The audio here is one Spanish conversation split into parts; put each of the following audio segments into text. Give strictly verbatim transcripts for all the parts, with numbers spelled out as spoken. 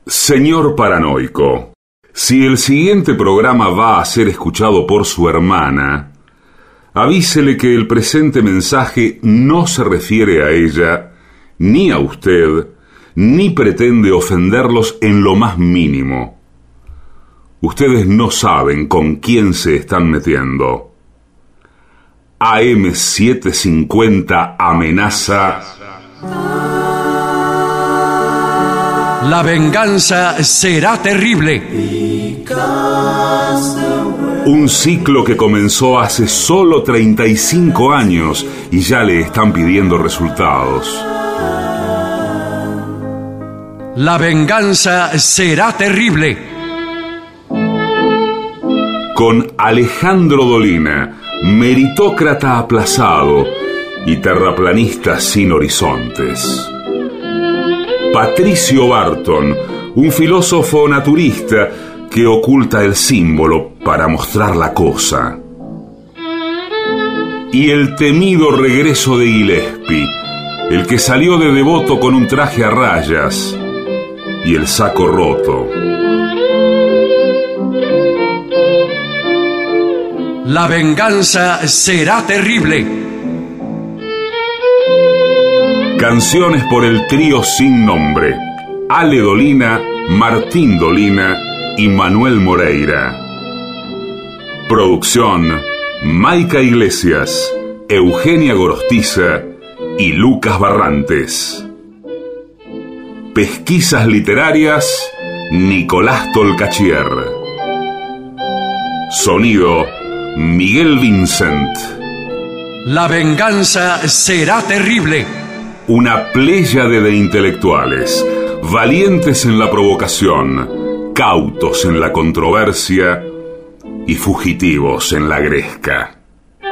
Señor paranoico, si el siguiente programa va a ser escuchado por su hermana, avísele que el presente mensaje no se refiere a ella, ni a usted, ni pretende ofenderlos en lo más mínimo. Ustedes no saben con quién se están metiendo. A M setecientos cincuenta amenaza. La venganza será terrible. Un ciclo que comenzó hace solo treinta y cinco años y ya le están pidiendo resultados. La venganza será terrible. Con Alejandro Dolina, meritócrata aplazado y terraplanista sin horizontes. Patricio Barton, un filósofo naturista que oculta el símbolo para mostrar la cosa. Y el temido regreso de Gillespie, el que salió de devoto con un traje a rayas y el saco roto. La venganza será terrible. Canciones por el trío sin nombre: Ale Dolina, Martín Dolina y Manuel Moreira. Producción: Maica Iglesias, Eugenia Gorostiza y Lucas Barrantes. Pesquisas literarias: Nicolás Tolcachier. Sonido: Miguel Vincent. La venganza será terrible. Una pléyade de intelectuales, valientes en la provocación, cautos en la controversia y fugitivos en la gresca.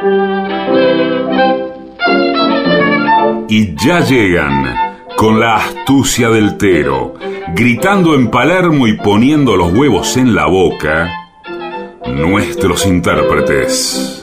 Y ya llegan, con la astucia del Tero, gritando en Palermo y poniendo los huevos en la boca, nuestros intérpretes.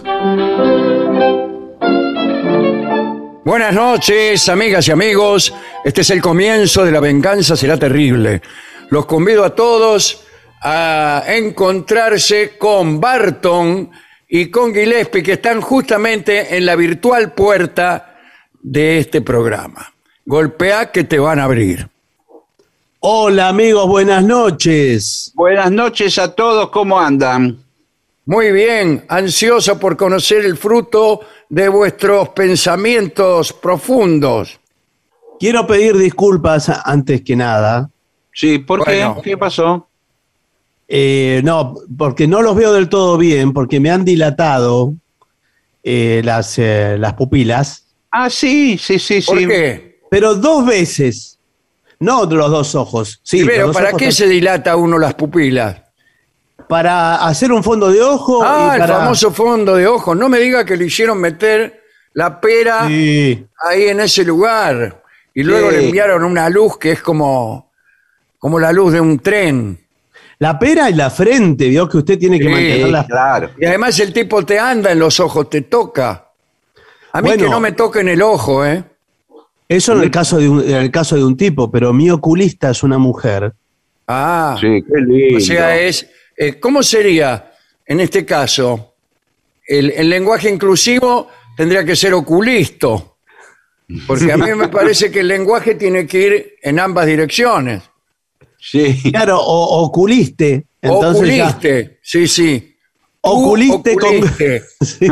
Buenas noches, amigas y amigos. Este es el comienzo de La venganza será terrible. Los convido a todos a encontrarse con Barton y con Gillespie, que están justamente en la virtual puerta de este programa. Golpea que te van a abrir. Hola amigos, buenas noches. Buenas noches a todos, ¿cómo andan? Muy bien, ansioso por conocer el fruto de vuestros pensamientos profundos. Quiero pedir disculpas antes que nada. Sí, ¿por Bueno. qué? ¿Qué pasó? Eh, no, porque no los veo del todo bien, porque me han dilatado eh, las, eh, las pupilas. Ah, sí, sí, sí, sí. ¿Por qué? Pero dos veces, no los dos ojos. Sí, Primero, los dos ¿para ojos qué tam- se dilata uno las pupilas? Para hacer un fondo de ojo. Ah, y el para... famoso fondo de ojos. No me diga que le hicieron meter la pera Sí. ahí en ese lugar. Y luego Sí. le enviaron una luz que es como, como la luz de un tren. La pera y la frente, vio que usted tiene que Sí, mantenerla. Claro. Y además el tipo te anda en los ojos, te toca. A mí Bueno. que no me toque en el ojo, ¿eh? Eso en el caso de un, en el caso de un tipo, pero mi oculista es una mujer. Ah, Sí, qué lindo. o sea, es... eh, ¿cómo sería en este caso? El, el lenguaje inclusivo tendría que ser oculisto. Porque a mí me parece que el lenguaje tiene que ir en ambas direcciones. Sí. Claro, o oculiste. Entonces ya- Oculiste, sí, sí. Tú Oculiste con- oculiste. Sí.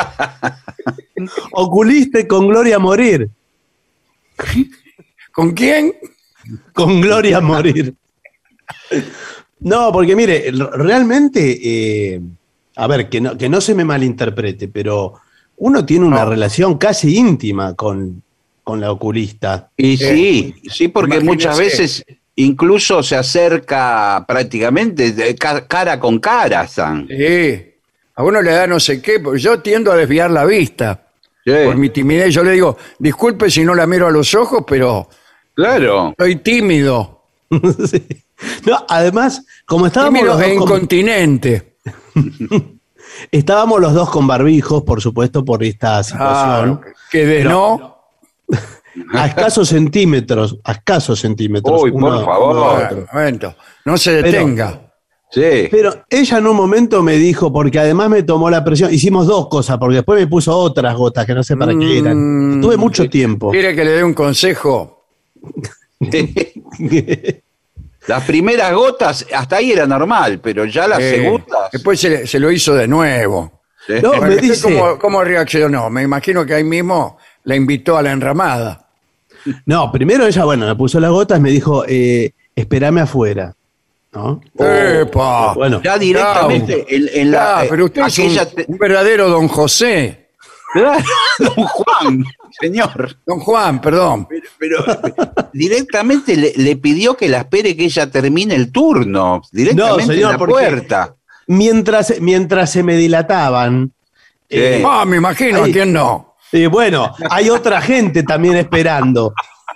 Oculiste con Gloria a morir. ¿Con quién? Con Gloria a morir. No, porque mire, r- realmente, eh, a ver, que no, que no se me malinterprete, pero uno tiene una No. relación casi íntima con, con la oculista. Y sí, sí, porque imagínese. muchas veces incluso se acerca prácticamente de ca- cara con cara, San. Sí. A uno le da no sé qué, porque yo tiendo a desviar la vista. Sí, Por mi timidez, yo le digo, disculpe si no la miro a los ojos, pero claro. soy tímido. Sí. No, además, como estábamos Tímido los, e dos con, incontinente. estábamos los dos con barbijos, por supuesto, por esta situación. Ah, que de Pero- no. a escasos centímetros, a escasos centímetros. Uy, por uno- favor. uno de Bueno, otro. un momento. No se detenga. Sí. Pero ella en un momento me dijo, porque además me tomó la presión, hicimos dos cosas, porque después me puso otras gotas que no sé para qué eran. Mm, Tuve mucho tiempo. ¿Quiere que le dé un consejo? Las primeras gotas, hasta ahí era normal, pero ya las Eh, segundas. Después se, se lo hizo de nuevo. Sí. No, Bueno, me ¿usted dice, ¿Cómo, cómo reaccionó? Me imagino que ahí mismo la invitó a la enramada. no, primero ella, bueno, me puso las gotas, me dijo, eh, espérame afuera. ¿No? ¡Epa! Bueno, Ya directamente en, en la. Ah, pero usted aquella es un, te- un verdadero don José. Claro, don Juan, señor. Don Juan, perdón. Pero, pero directamente le, le pidió que la espere que ella termine el turno. Directamente No, señor, en la porque- puerta. mientras, mientras se me dilataban, Sí. eh, Ah, me imagino, Ahí. ¿a quién no? eh, bueno, hay otra gente también esperando.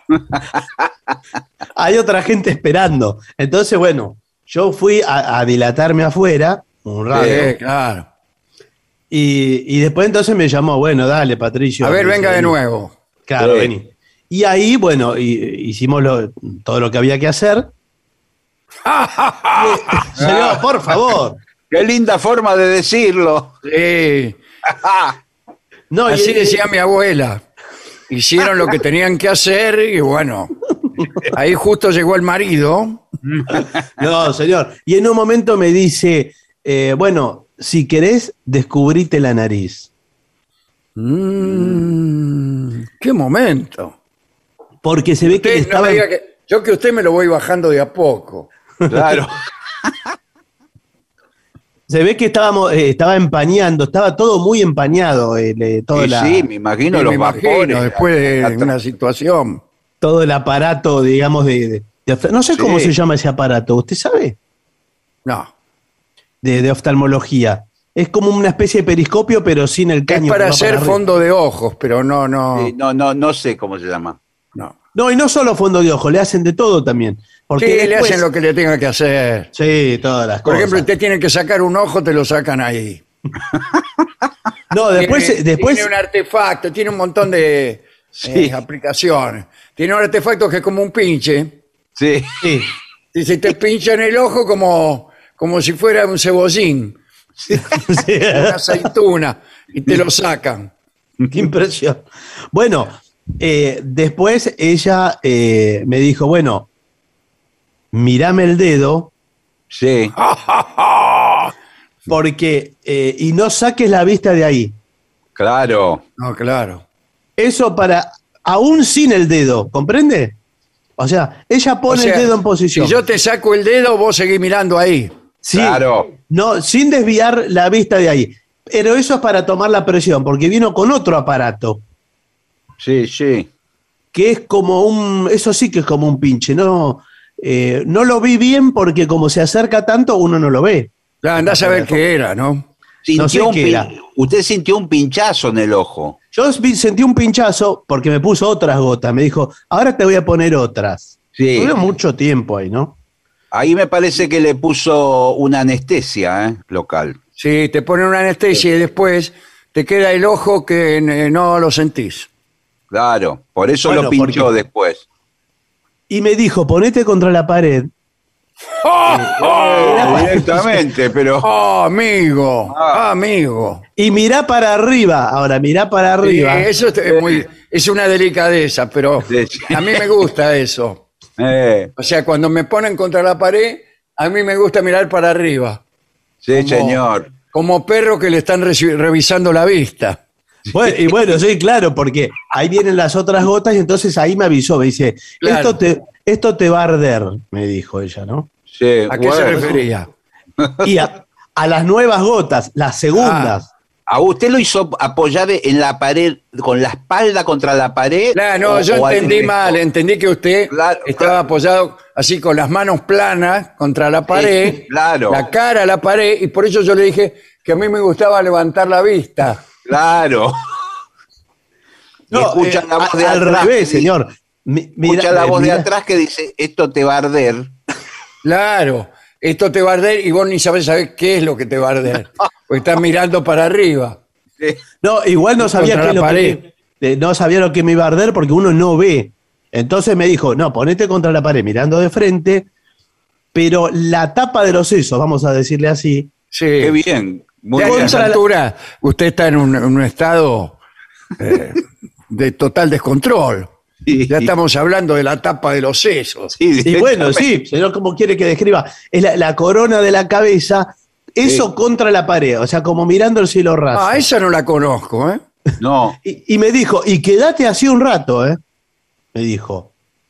Hay otra gente esperando. Entonces, bueno, yo fui a, a dilatarme afuera un rato. Sí, claro. Y, y después entonces me llamó, bueno, dale, Patricio. A ver, Me venga dice, de vení. nuevo. Claro, Sí. vení. Y ahí, bueno, y- hicimos lo- todo lo que había que hacer. Y- Señor, por favor. Qué linda forma de decirlo. Sí, No, y- así decía mi abuela. Hicieron lo que tenían que hacer y bueno, ahí justo llegó el marido. No, señor. Y en un momento me dice, eh, bueno, si querés, descubrite la nariz. Mm, ¡Qué momento! Porque se ve que Usted no estaba... me diga que- yo que usted me lo voy bajando de a poco. Claro. Se ve que estábamos, eh, estaba empañando, estaba todo muy empañado, eh, le- todo, Y la- sí, me imagino Sí, los me imagino, vapores. después de Atrás. una situación. todo el aparato, digamos, de... de- de ofta- no sé Sí. cómo se llama ese aparato, ¿usted sabe? No. De, de oftalmología. Es como una especie de periscopio, pero sin el Es caño. que para va hacer arriba. fondo de ojos, pero no, no, Sí, no, no, no sé cómo se llama. no. No, y no solo fondo de ojo, le hacen de todo también. Porque Sí, le después- hacen lo que le tenga que hacer. Sí, todas las Por cosas. ejemplo, usted tiene que sacar un ojo, te lo sacan ahí. No, después... tiene, después tiene un artefacto, tiene un montón de Sí. eh, aplicaciones. Tiene un artefacto que es como un pinche. Sí. sí. Y se te pincha en el ojo como, como si fuera un cebollín, Sí. una aceituna, y te lo sacan. Qué impresión. Bueno, eh, después ella eh, me dijo, bueno, mírame el dedo Sí. porque eh, y no saques la vista de ahí. Claro. No, claro. Eso para, aún sin el dedo, ¿comprende? O sea, ella pone O sea, el dedo en posición. Si yo te saco el dedo, vos seguís mirando ahí. Sí, Claro. no, sin desviar la vista de ahí. Pero eso es para tomar la presión, porque vino con otro aparato, Sí, sí. que es como un, eso sí que es como un pinche, no, eh, no lo vi bien porque como se acerca tanto uno no lo ve. Ya, andás a ver qué era, ¿no? Sintió No sé un qué pin- era. Usted sintió un pinchazo en el ojo. Yo vi- sentí un pinchazo porque me puso otras gotas, me dijo, ahora te voy a poner otras. Sí. Tuve mucho tiempo ahí, ¿no? Ahí me parece que le puso una anestesia ¿eh? local. Sí, te ponen una anestesia y después te queda el ojo que eh, no lo sentís. Claro. Por eso Bueno, lo pinchó porque- después. Y me dijo, ponete contra la pared. Directamente, pero. ¡Oh, amigo! Ah. ¡Amigo! Y mirá para arriba. Ahora, mirá para arriba. Sí, eso es, muy, es una delicadeza, pero Sí, sí. a mí me gusta eso. Eh, O sea, cuando me ponen contra la pared, a mí me gusta mirar para arriba. sí, Como- señor. Como perro que le están reci- revisando la vista. Bueno, y bueno, sí, claro, porque ahí vienen las otras gotas y entonces ahí me avisó, me dice, Claro. esto, te, esto te va a arder, me dijo ella, ¿no? Sí, ¿A qué se bueno. refería? Y a, a las nuevas gotas, las segundas. ¿A usted lo hizo apoyar en la pared, con la espalda contra la pared? Claro, no, o- yo o al entendí revés? mal, entendí que usted Claro, estaba claro. apoyado así con las manos planas contra la pared, Sí, claro. la cara a la pared, y por eso yo le dije que a mí me gustaba levantar la vista. Claro. Y escucha eh, la voz a- de al atrás revés, que dice- señor. Mi- mira- Escucha la eh, voz mira- de atrás que dice, esto te va a arder. Claro, esto te va a arder y vos ni sabés saber qué es lo que te va a arder, porque estás mirando para arriba. Sí. No, igual no sabía Contra qué es la lo pared. que, de- no sabía lo que me iba a arder porque uno no ve. Entonces me dijo, no, ponete contra la pared mirando de frente, pero la tapa de los sesos, vamos a decirle así, Sí. Qué bien. Muy Ya a bien. esa Contra la- altura, usted está en un, en un estado eh, de total descontrol. Sí. Ya estamos hablando de la tapa de los sesos. Sí, y bueno, sí, señor, ¿cómo quiere que describa? Es la, la corona de la cabeza, eso Sí. contra la pared, o sea, como mirando el cielo raso. Ah, esa no la conozco, ¿eh? No, Y, y me dijo, y quédate así un rato, ¿eh? Me dijo.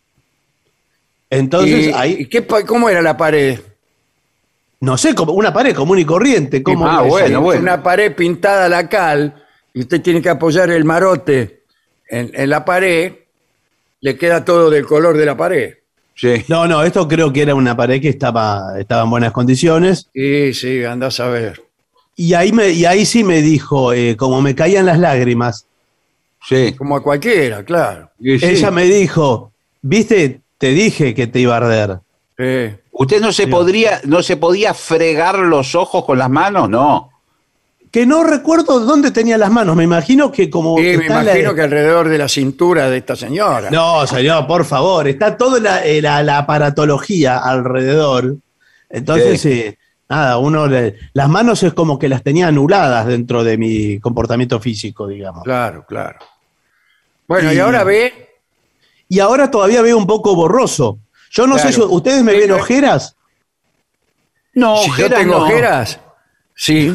Entonces, ¿Y, ahí, y qué pa- ¿Cómo era la pared? no sé, como una pared común y corriente. ¿Cómo Ah, es? bueno, Sí, bueno. Una pared pintada a la cal y usted tiene que apoyar el marote en, en la pared, le queda todo del color de la pared. sí. No, no, esto creo que era una pared que estaba, estaba en buenas condiciones. Sí, sí, andás a ver. Y ahí, me, y ahí sí me dijo, eh, como me caían las lágrimas, Sí. Como a cualquiera, claro. Sí, sí. ella me dijo, viste, te dije que te iba a arder. Sí. ¿Usted no se podría, no se podía fregar los ojos con las manos? No. Que no recuerdo dónde tenía las manos, me imagino que como... Sí, me está la- imagino que alrededor de la cintura de esta señora. No, señor, por favor, está toda la, eh, la- la aparatología alrededor. Entonces, Sí. eh, nada, uno le- las manos es como que las tenía anuladas dentro de mi comportamiento físico, digamos. Claro, claro. Bueno, y, Y- ahora ve. Y ahora todavía veo un poco borroso. Yo no sé Claro. si ustedes me Sí, ven no- ojeras. No, Si yo ojeras tengo no. ojeras, sí.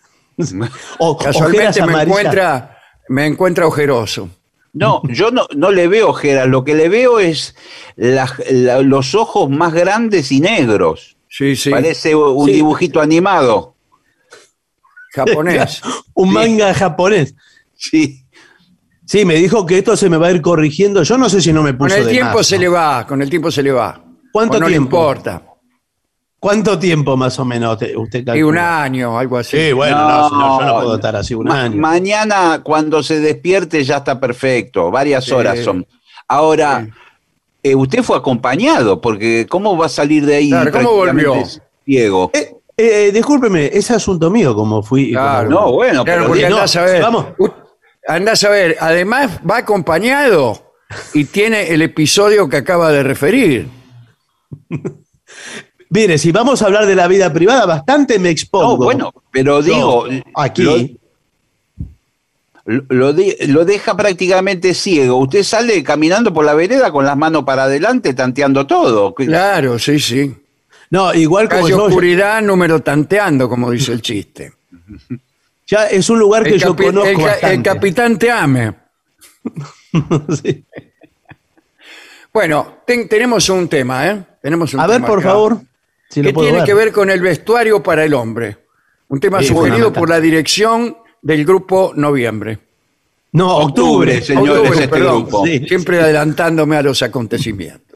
O ojeras Casualmente me amarillas. encuentra, me encuentra ojeroso. No, yo no, no le veo ojeras, lo que le veo es las- la- los ojos más grandes y negros. Sí, sí. Parece un Sí. dibujito animado. Japonés. Un Sí. manga japonés. Sí. Sí, me dijo que esto se me va a ir corrigiendo. Yo no sé si no me Con puso el de tiempo más, se ¿no? le va, con el tiempo se le va. ¿Cuánto O no tiempo? le importa. ¿Cuánto tiempo más o menos te- usted calcula? Y un año, algo así. Sí, bueno, no, señor, yo no puedo estar así un Ma- año. Mañana cuando se despierte ya está perfecto, varias Sí. horas son. Ahora, eh, usted fue acompañado, porque ¿cómo va a salir de ahí? Claro, ¿cómo prácticamente volvió? Ciego. Eh, eh, discúlpeme, es asunto mío como fui. Claro. como- No, bueno, Claro, pero porque no, andás a ver. vamos. u- Andás a ver, además va acompañado y tiene el episodio que acaba de referir. Mire, si vamos a hablar de la vida privada, bastante me expongo. no, bueno, pero digo, No, aquí. Lo, lo de- lo deja prácticamente ciego. Usted sale caminando por la vereda con las manos para adelante, tanteando todo. Claro, sí, sí. No, igual como Calle yo, oscuridad, número tanteando, como dice el chiste. ya es un lugar que El, yo capi- conozco el ca- bastante. el capitán te ame. Sí. Bueno, ten- tenemos un tema, ¿eh? Tenemos un A ver, tema por acá, favor, si que lo puedo tiene ver. que ver con el vestuario para el hombre. Un tema Sí, sugerido fundamental. por la dirección del grupo Noviembre. No, octubre. Octubre, señores, Octubre, este perdón. grupo. Sí. Siempre adelantándome a los acontecimientos.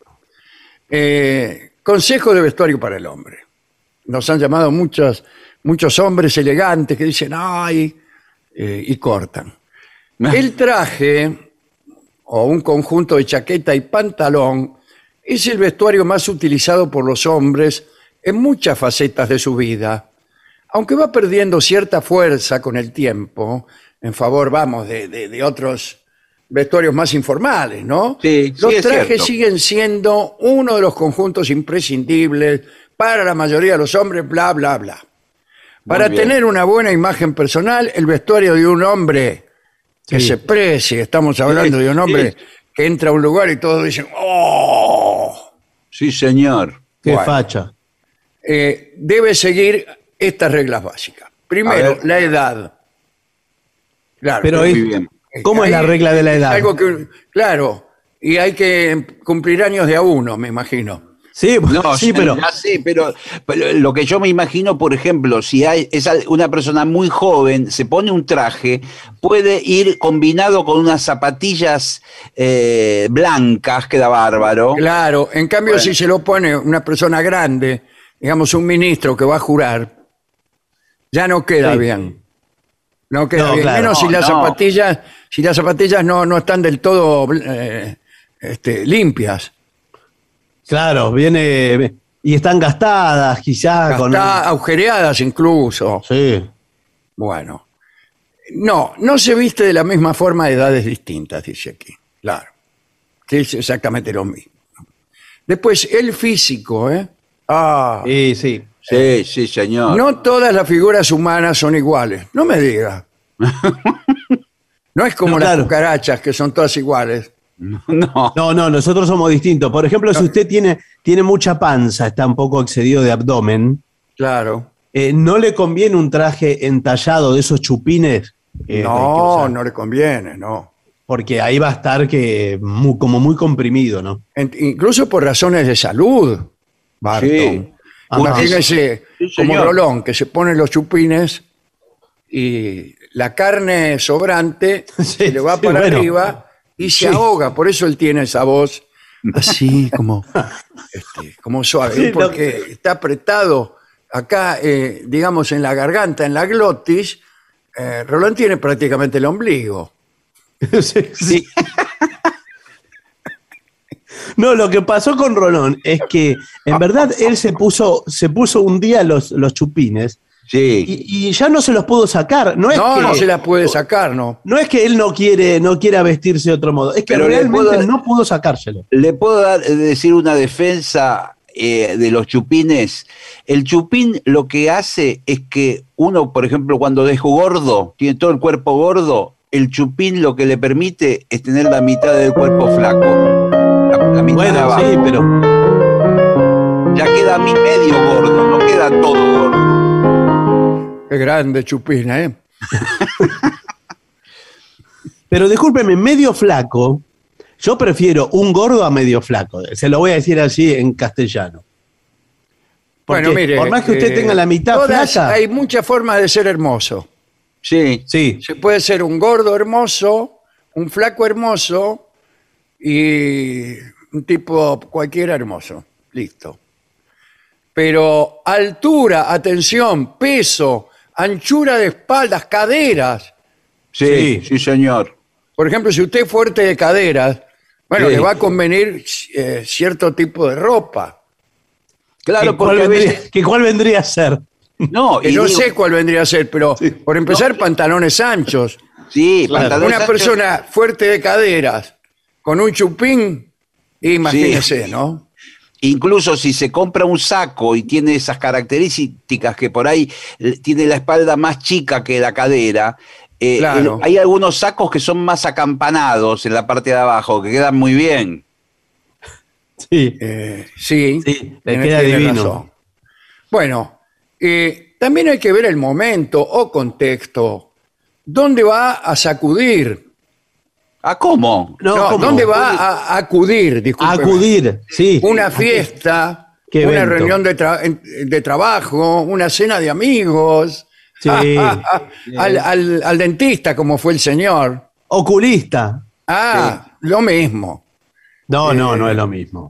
Eh, consejo de vestuario para el hombre. Nos han llamado muchos, muchos hombres elegantes que dicen ¡ay! eh, y cortan. El traje o un conjunto de chaqueta y pantalón es el vestuario más utilizado por los hombres en muchas facetas de su vida, aunque va perdiendo cierta fuerza con el tiempo en favor, vamos, de, de- de otros vestuarios más informales, ¿no? Sí, sí, los es trajes cierto. siguen siendo uno de los conjuntos imprescindibles para la mayoría de los hombres, bla, bla, bla. Para bien. tener una buena imagen personal, el vestuario de un hombre que Sí. se precie, estamos hablando de un hombre Sí. que entra a un lugar y todos dicen, ¡oh! Sí, señor. Qué Bueno. facha. Eh, debe seguir estas reglas básicas. Primero, A ver. la edad. Claro, Pero Muy es- bien. ¿cómo es la ahí regla de la edad? Algo que, claro, y hay que cumplir años de a uno, me imagino. Sí, No, sí, pero ya sé, pero, pero lo que yo me imagino, por ejemplo, si hay es al- una persona muy joven, se pone un traje, puede ir combinado con unas zapatillas eh, blancas, queda bárbaro. Claro, en cambio, Bueno. si se lo pone una persona grande, digamos un ministro que va a jurar, ya no queda Sí. bien. No queda No, bien. claro. Menos si No, las no. zapatillas, si las zapatillas no, no están del todo eh, este, limpias. claro, viene y están gastadas quizás con Está agujereadas incluso. Sí. Bueno. No, no se viste de la misma forma a edades distintas, dice aquí. Claro. Que es exactamente lo mismo. Después, el físico, ¿eh? Ah, Sí, sí. Sí, sí, señor. no todas las figuras humanas son iguales. No me diga. No es como No, las claro. cucarachas, que son todas iguales. No. No, no, nosotros somos distintos. Por ejemplo, si usted tiene, tiene mucha panza, está un poco excedido de abdomen, Claro. eh, no le conviene un traje entallado de esos chupines. eh, que No, usa, no le conviene, no. Porque ahí va a estar que mu- como muy comprimido, ¿no? En- incluso por razones de salud, Barton. Sí. Imagínese Sí, como señor. Rolón, que se pone los chupines y la carne sobrante Sí, se le va sí, para bueno. arriba y se Sí. ahoga. Por eso él tiene esa voz así como, este, como suave. Sí, porque está apretado acá, eh, digamos, en la garganta, en la glotis. eh, Rolón tiene prácticamente el ombligo. Sí, sí. No, lo que pasó con Rolón es que en verdad él se puso, se puso un día los, los chupines Sí. y, y ya no se los pudo sacar. No es No, que, no se la puede sacar, ¿no? no es que él no quiere, no quiera vestirse de otro modo, es que Pero le realmente puedo- no pudo sacárselo. Le puedo dar- decir una defensa eh, de los chupines. El chupín lo que hace es que uno, por ejemplo, cuando es gordo, tiene todo el cuerpo gordo, el chupín lo que le permite es tener la mitad del cuerpo flaco. La, la mitad de Bueno, abajo. sí, pero Ya queda a mí medio gordo, no queda todo gordo. Qué grande Chupina, ¿eh? Pero discúlpeme, medio flaco, yo prefiero un gordo a medio flaco. Se lo voy a decir así en castellano. Porque Bueno, mire. por más que usted eh, tenga la mitad todas- flaca. Hay muchas formas de ser hermoso. Sí. Sí, Se puede ser un gordo hermoso, un flaco hermoso y un tipo cualquiera hermoso. Listo. Pero altura, atención, peso, anchura de espaldas, caderas. Sí, sí, señor. Por ejemplo, si usted es fuerte de caderas, bueno, Sí. le va a convenir eh, cierto tipo de ropa. Claro, ¿Que cuál, porque a vendría, veces. que cuál vendría a ser? No, Que y no digo- sé cuál vendría a ser, pero por empezar, pantalones anchos. Sí, Claro. pantalones Una anchos. persona fuerte de caderas con un chupín, imagínese, ¿no? Incluso si se compra un saco y tiene esas características que por ahí eh, tiene la espalda más chica que la cadera, eh, Claro. el- hay algunos sacos que son más acampanados en la parte de abajo, que quedan muy bien. Sí. Eh, sí, Sí, le tiene- queda tiene divino. razón. Bueno, eh, también hay que ver el momento o contexto. ¿Dónde va a sacudir? ¿Ah, cómo? No, No, ¿cómo? ¿dónde va a acudir? Discúlpeme. Acudir, sí. Una fiesta, ¿Qué una evento? reunión de, tra- en- de trabajo, una cena de amigos, Sí. al, al- al dentista como fue el señor. Oculista. Ah, lo mismo. No, no, Eh, no es lo mismo.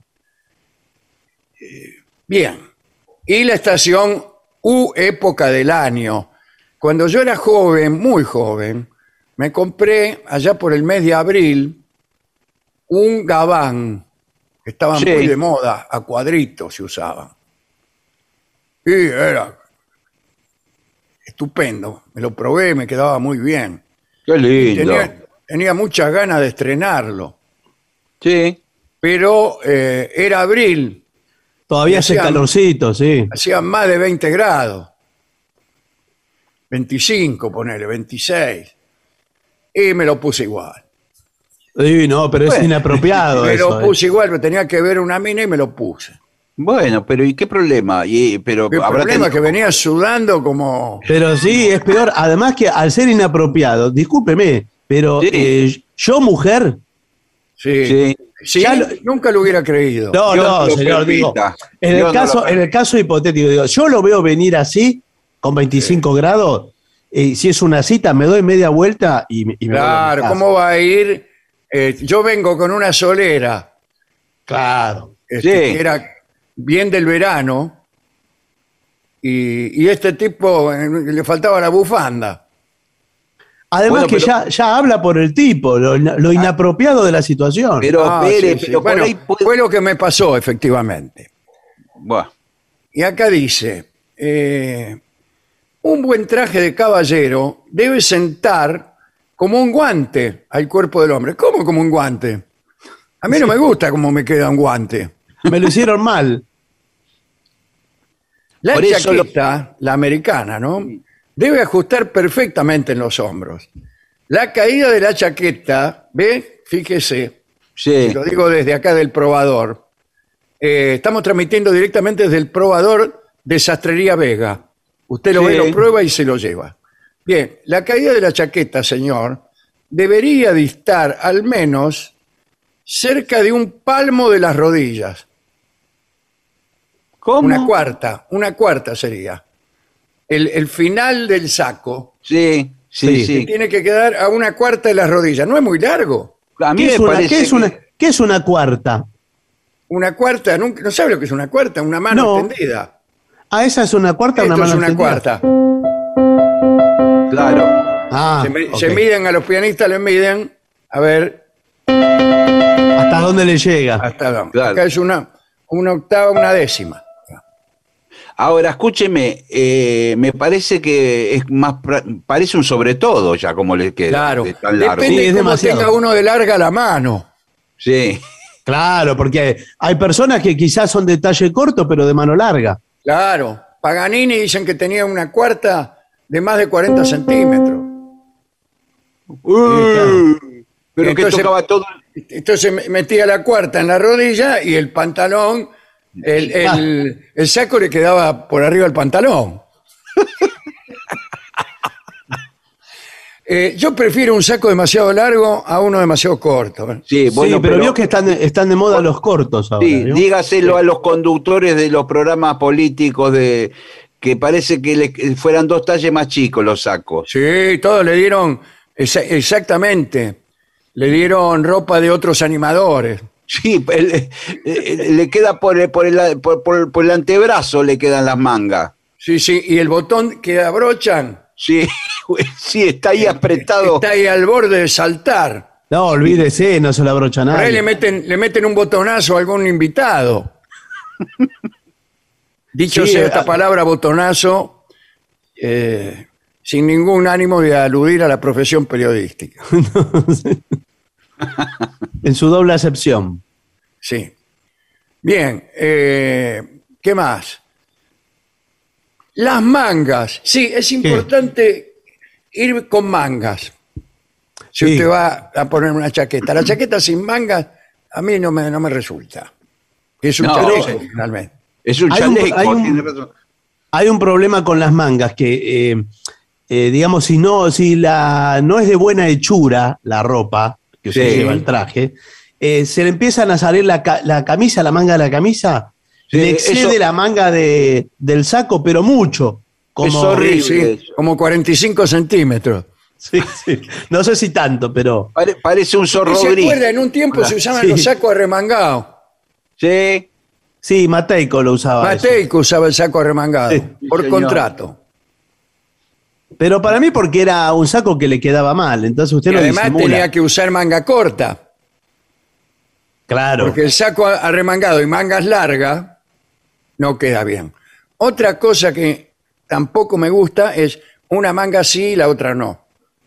Bien. Y la estación U época del año. Cuando yo era joven, muy joven, me compré allá por el mes de abril un gabán que estaban Sí. muy de moda, a cuadritos se usaban. Y era estupendo. Me lo probé, me quedaba muy bien. Qué lindo. Tenía, tenía muchas ganas de estrenarlo, Sí. pero eh, era abril, Todavía y hace hacían- calorcito, sí. hacía más de veinte grados. veinticinco, ponele, veintiséis. Y me lo puse igual. Sí, no, pero es Bueno, inapropiado Me eso. lo eh. puse igual, pero tenía que ver una mina y me lo puse. Bueno, pero ¿y qué problema? Y, pero El habrá problema es que tenido- venía sudando como... Pero sí, es peor. Además que al ser inapropiado, discúlpeme, pero Sí. eh, yo mujer, Sí, Sí. Sí, Ya lo- nunca lo hubiera creído. no, Dios no, no lo señor, digo, permita. en el Dios no caso, lo en el caso hipotético, digo, yo lo veo venir así, con veinticinco grados, y si es una cita, me doy media vuelta y, me- y me voy a mi Claro, casa. ¿cómo va a ir? Eh, yo vengo con una solera, Claro. este, Sí. que era bien del verano, y, y este tipo eh, le faltaba la bufanda. Además Bueno, que pero- ya, ya habla por el tipo, lo, lo inapropiado de la situación. Pero, Ah, Pere, sí, sí. pero por Bueno, ahí puede- fue lo que me pasó, efectivamente. Bueno, Y acá dice, eh, un buen traje de caballero debe sentar como un guante al cuerpo del hombre. ¿Cómo como un guante? A mí no me gusta cómo me queda un guante. Me lo hicieron mal. La Por eso chaqueta, la americana, ¿no? Debe ajustar perfectamente en los hombros. La caída de la chaqueta, ¿ve? Fíjese, Sí. lo digo desde acá del probador. Eh, estamos transmitiendo directamente desde el probador de Sastrería Vega. Usted lo Sí. ve, lo prueba y se lo lleva. Bien, la caída de la chaqueta, señor, debería distar al menos cerca de un palmo de las rodillas. ¿Cómo? Una cuarta, una cuarta sería. El, el final del saco Sí, sí, Sí. sí. tiene que quedar a una cuarta de las rodillas. No es muy largo. A mí ¿Qué me es, una, parece ¿qué, es una, que- ¿Qué es una cuarta? Una cuarta, nunca- no sabe lo que es una cuarta, una mano No. extendida. Ah, esa es una cuarta, Esto una es mano una extendida. cuarta. Claro. Ah, se, me- ok. se miden a los pianistas, les miden, a ver, ¿Hasta dónde le llega? hasta dónde. Claro. Acá es una, una octava, una décima. Ahora, escúcheme, eh, me parece que es más, pra- parece un sobre todo ya como le queda. Claro. de tan largo. Depende Sí, es de cómo demasiado. tenga uno de larga la mano. Sí. Claro, porque hay personas que quizás son de talle corto, pero de mano larga. Claro. Paganini dicen que tenía una cuarta de más de cuarenta centímetros. Uh, pero que Entonces- tocaba todo. Entonces me- metía la cuarta en la rodilla y el pantalón, el, el- el saco le quedaba por arriba del pantalón. Eh, yo prefiero un saco demasiado largo a uno demasiado corto. ¿eh? Sí, bueno, sí, pero, vio que están, están de moda los cortos ahora. Sí, ¿vio? dígaselo a los conductores de los programas políticos de que parece que le, fueran dos talles más chicos los sacos. Sí, todos le dieron, exa- exactamente, le dieron ropa de otros animadores. Sí, el- el- le queda por el, por, el, por, por- por el antebrazo, le quedan las mangas. Sí, sí, y el botón que abrochan Sí, sí, está ahí apretado. está ahí al borde de saltar. No, olvídese, no se lo abrocha Por ahí le nadie. meten, le meten un botonazo a algún invitado. Dicho Sí, sea eh, esta palabra, botonazo, eh, sin ningún ánimo de aludir a la profesión periodística. En su doble acepción. Sí. Bien, eh, ¿qué más? Las mangas. Sí, es importante ir con mangas. Si Sí. usted va a poner una chaqueta. La chaqueta sin mangas a mí no me, no me resulta. Es un No, chaleco, pero- finalmente. Es un Hay un- chaleco, hay un- tiene razón. Hay un problema con las mangas que, eh, eh, digamos, si no, si la no es de buena hechura la ropa que se Sí. lleva el traje, eh, se le empiezan a salir la, ca- la camisa, la manga de la camisa, Sí, le excede eso- la manga de, del saco, pero mucho. Como, Es horrible. Sí, sí, como cuarenta y cinco centímetros. Sí, sí. No sé si tanto, pero Pare- parece un zorro ¿Se gris. acuerda? En un tiempo se usaban Sí. los sacos arremangados. Sí, sí, Mateico lo usaba. eso. Mateico usaba el saco arremangado Sí, por señor. contrato. Pero para mí porque era un saco que le quedaba mal, entonces usted Y lo además disimula. tenía que usar manga corta. Claro. Porque el saco arremangado y mangas largas no queda bien. Otra cosa que tampoco me gusta es una manga sí y la otra no.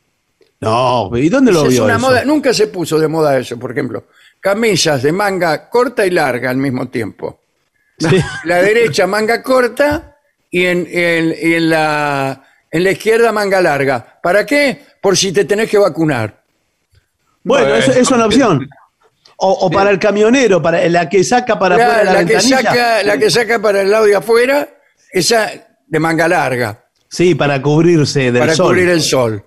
No, ¿y dónde lo Esa es vio una eso? moda, nunca se puso de moda eso, por ejemplo. Camisas de manga corta y larga al mismo tiempo. Sí. La derecha manga corta y en, en- y en la, en la izquierda manga larga. ¿Para qué? Por si te tenés que vacunar. Bueno, eso es una opción. O, o para el camionero, para la que saca para La, afuera la, la que ventanilla. saca, la que saca para el lado de afuera, esa de manga larga. Sí, para cubrirse del para sol. cubrir el sol.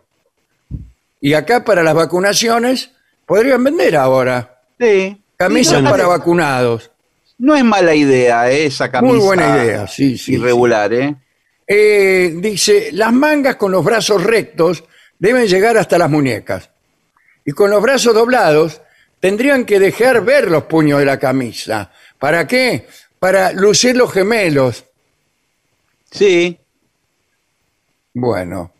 Y acá para las vacunaciones podrían vender ahora sí. camisas Bueno. para vacunados. No es mala idea eh, esa camisa. Muy buena idea, sí, sí. Irregular, ¿eh? Eh, dice, las mangas con los brazos rectos deben llegar hasta las muñecas. Y con los brazos doblados tendrían que dejar ver los puños de la camisa. ¿Para qué? Para lucir los gemelos. Sí. Bueno.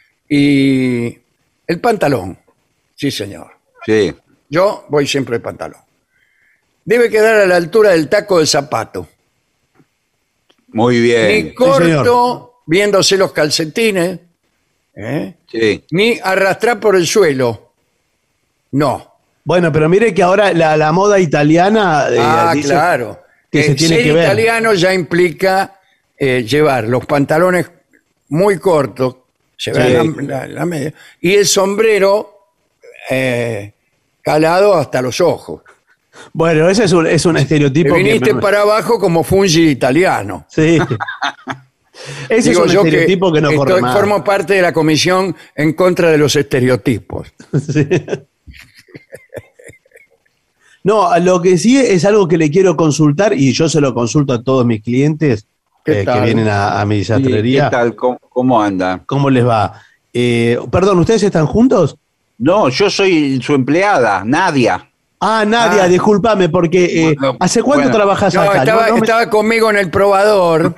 Y el pantalón. Sí, señor. Sí. Yo voy siempre de pantalón. Debe quedar a la altura del taco del zapato. Muy bien. Ni corto viéndose los calcetines, ¿eh? Sí. Ni arrastrar por el suelo. No. Bueno, pero mire que ahora la, la moda italiana eh, Ah, dice claro. que se Eh, tiene ser que ver. italiano ya implica eh, llevar los pantalones muy cortos, llevar Sí. la, la- la media, y el sombrero eh, calado hasta los ojos. Bueno, ese es un, es un Te estereotipo viniste que me- para abajo como fungi italiano. Sí. Ese Digo es un yo estereotipo que, no estoy- corre más. formo parte de la comisión en contra de los estereotipos. Sí. No, a lo que sí es algo que le quiero consultar y yo se lo consulto a todos mis clientes ¿Qué eh, que tal? vienen a, a mi Sí, sastrería. ¿Qué tal? ¿Cómo, cómo anda? ¿Cómo les va? Eh, perdón, ¿ustedes están juntos? No, yo soy su empleada, Nadia. Ah, Nadia, Ah. discúlpame, porque eh, Bueno, ¿hace cuánto bueno. trabajas No, acá? estaba, No, no me- estaba conmigo en el probador.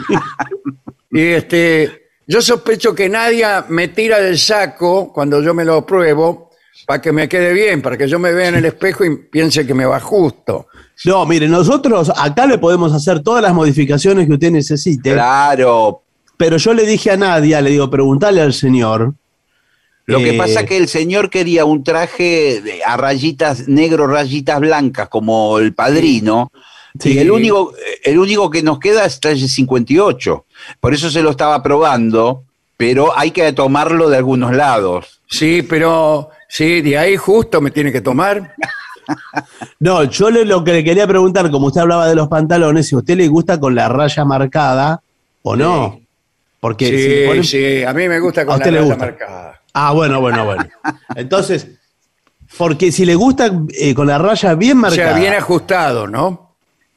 Y este, yo sospecho que nadie me tira del saco cuando yo me lo pruebo para que me quede bien, para que yo me vea en el espejo y piense que me va justo. No, mire, nosotros acá le podemos hacer todas las modificaciones que usted necesite, Claro. pero yo le dije a Nadia, le digo, preguntale al señor. Lo que eh, pasa que el señor quería un traje de- a rayitas negro, rayitas blancas, como el padrino. Sí. Y el único, el único que nos queda es talle cincuenta y ocho. Por eso se lo estaba probando, pero hay que tomarlo de algunos lados. Sí, pero sí, de ahí justo me tiene que tomar. No, yo le- lo que le quería preguntar, como usted hablaba de los pantalones, si a usted le gusta con la raya marcada o no. Porque si le Sí, ponen- sí, a mí me gusta ¿A con la usted le raya gusta? marcada. Ah, bueno, bueno, bueno. Entonces, porque si le gusta eh, con la raya bien O marcada. sea, bien ajustado, ¿no?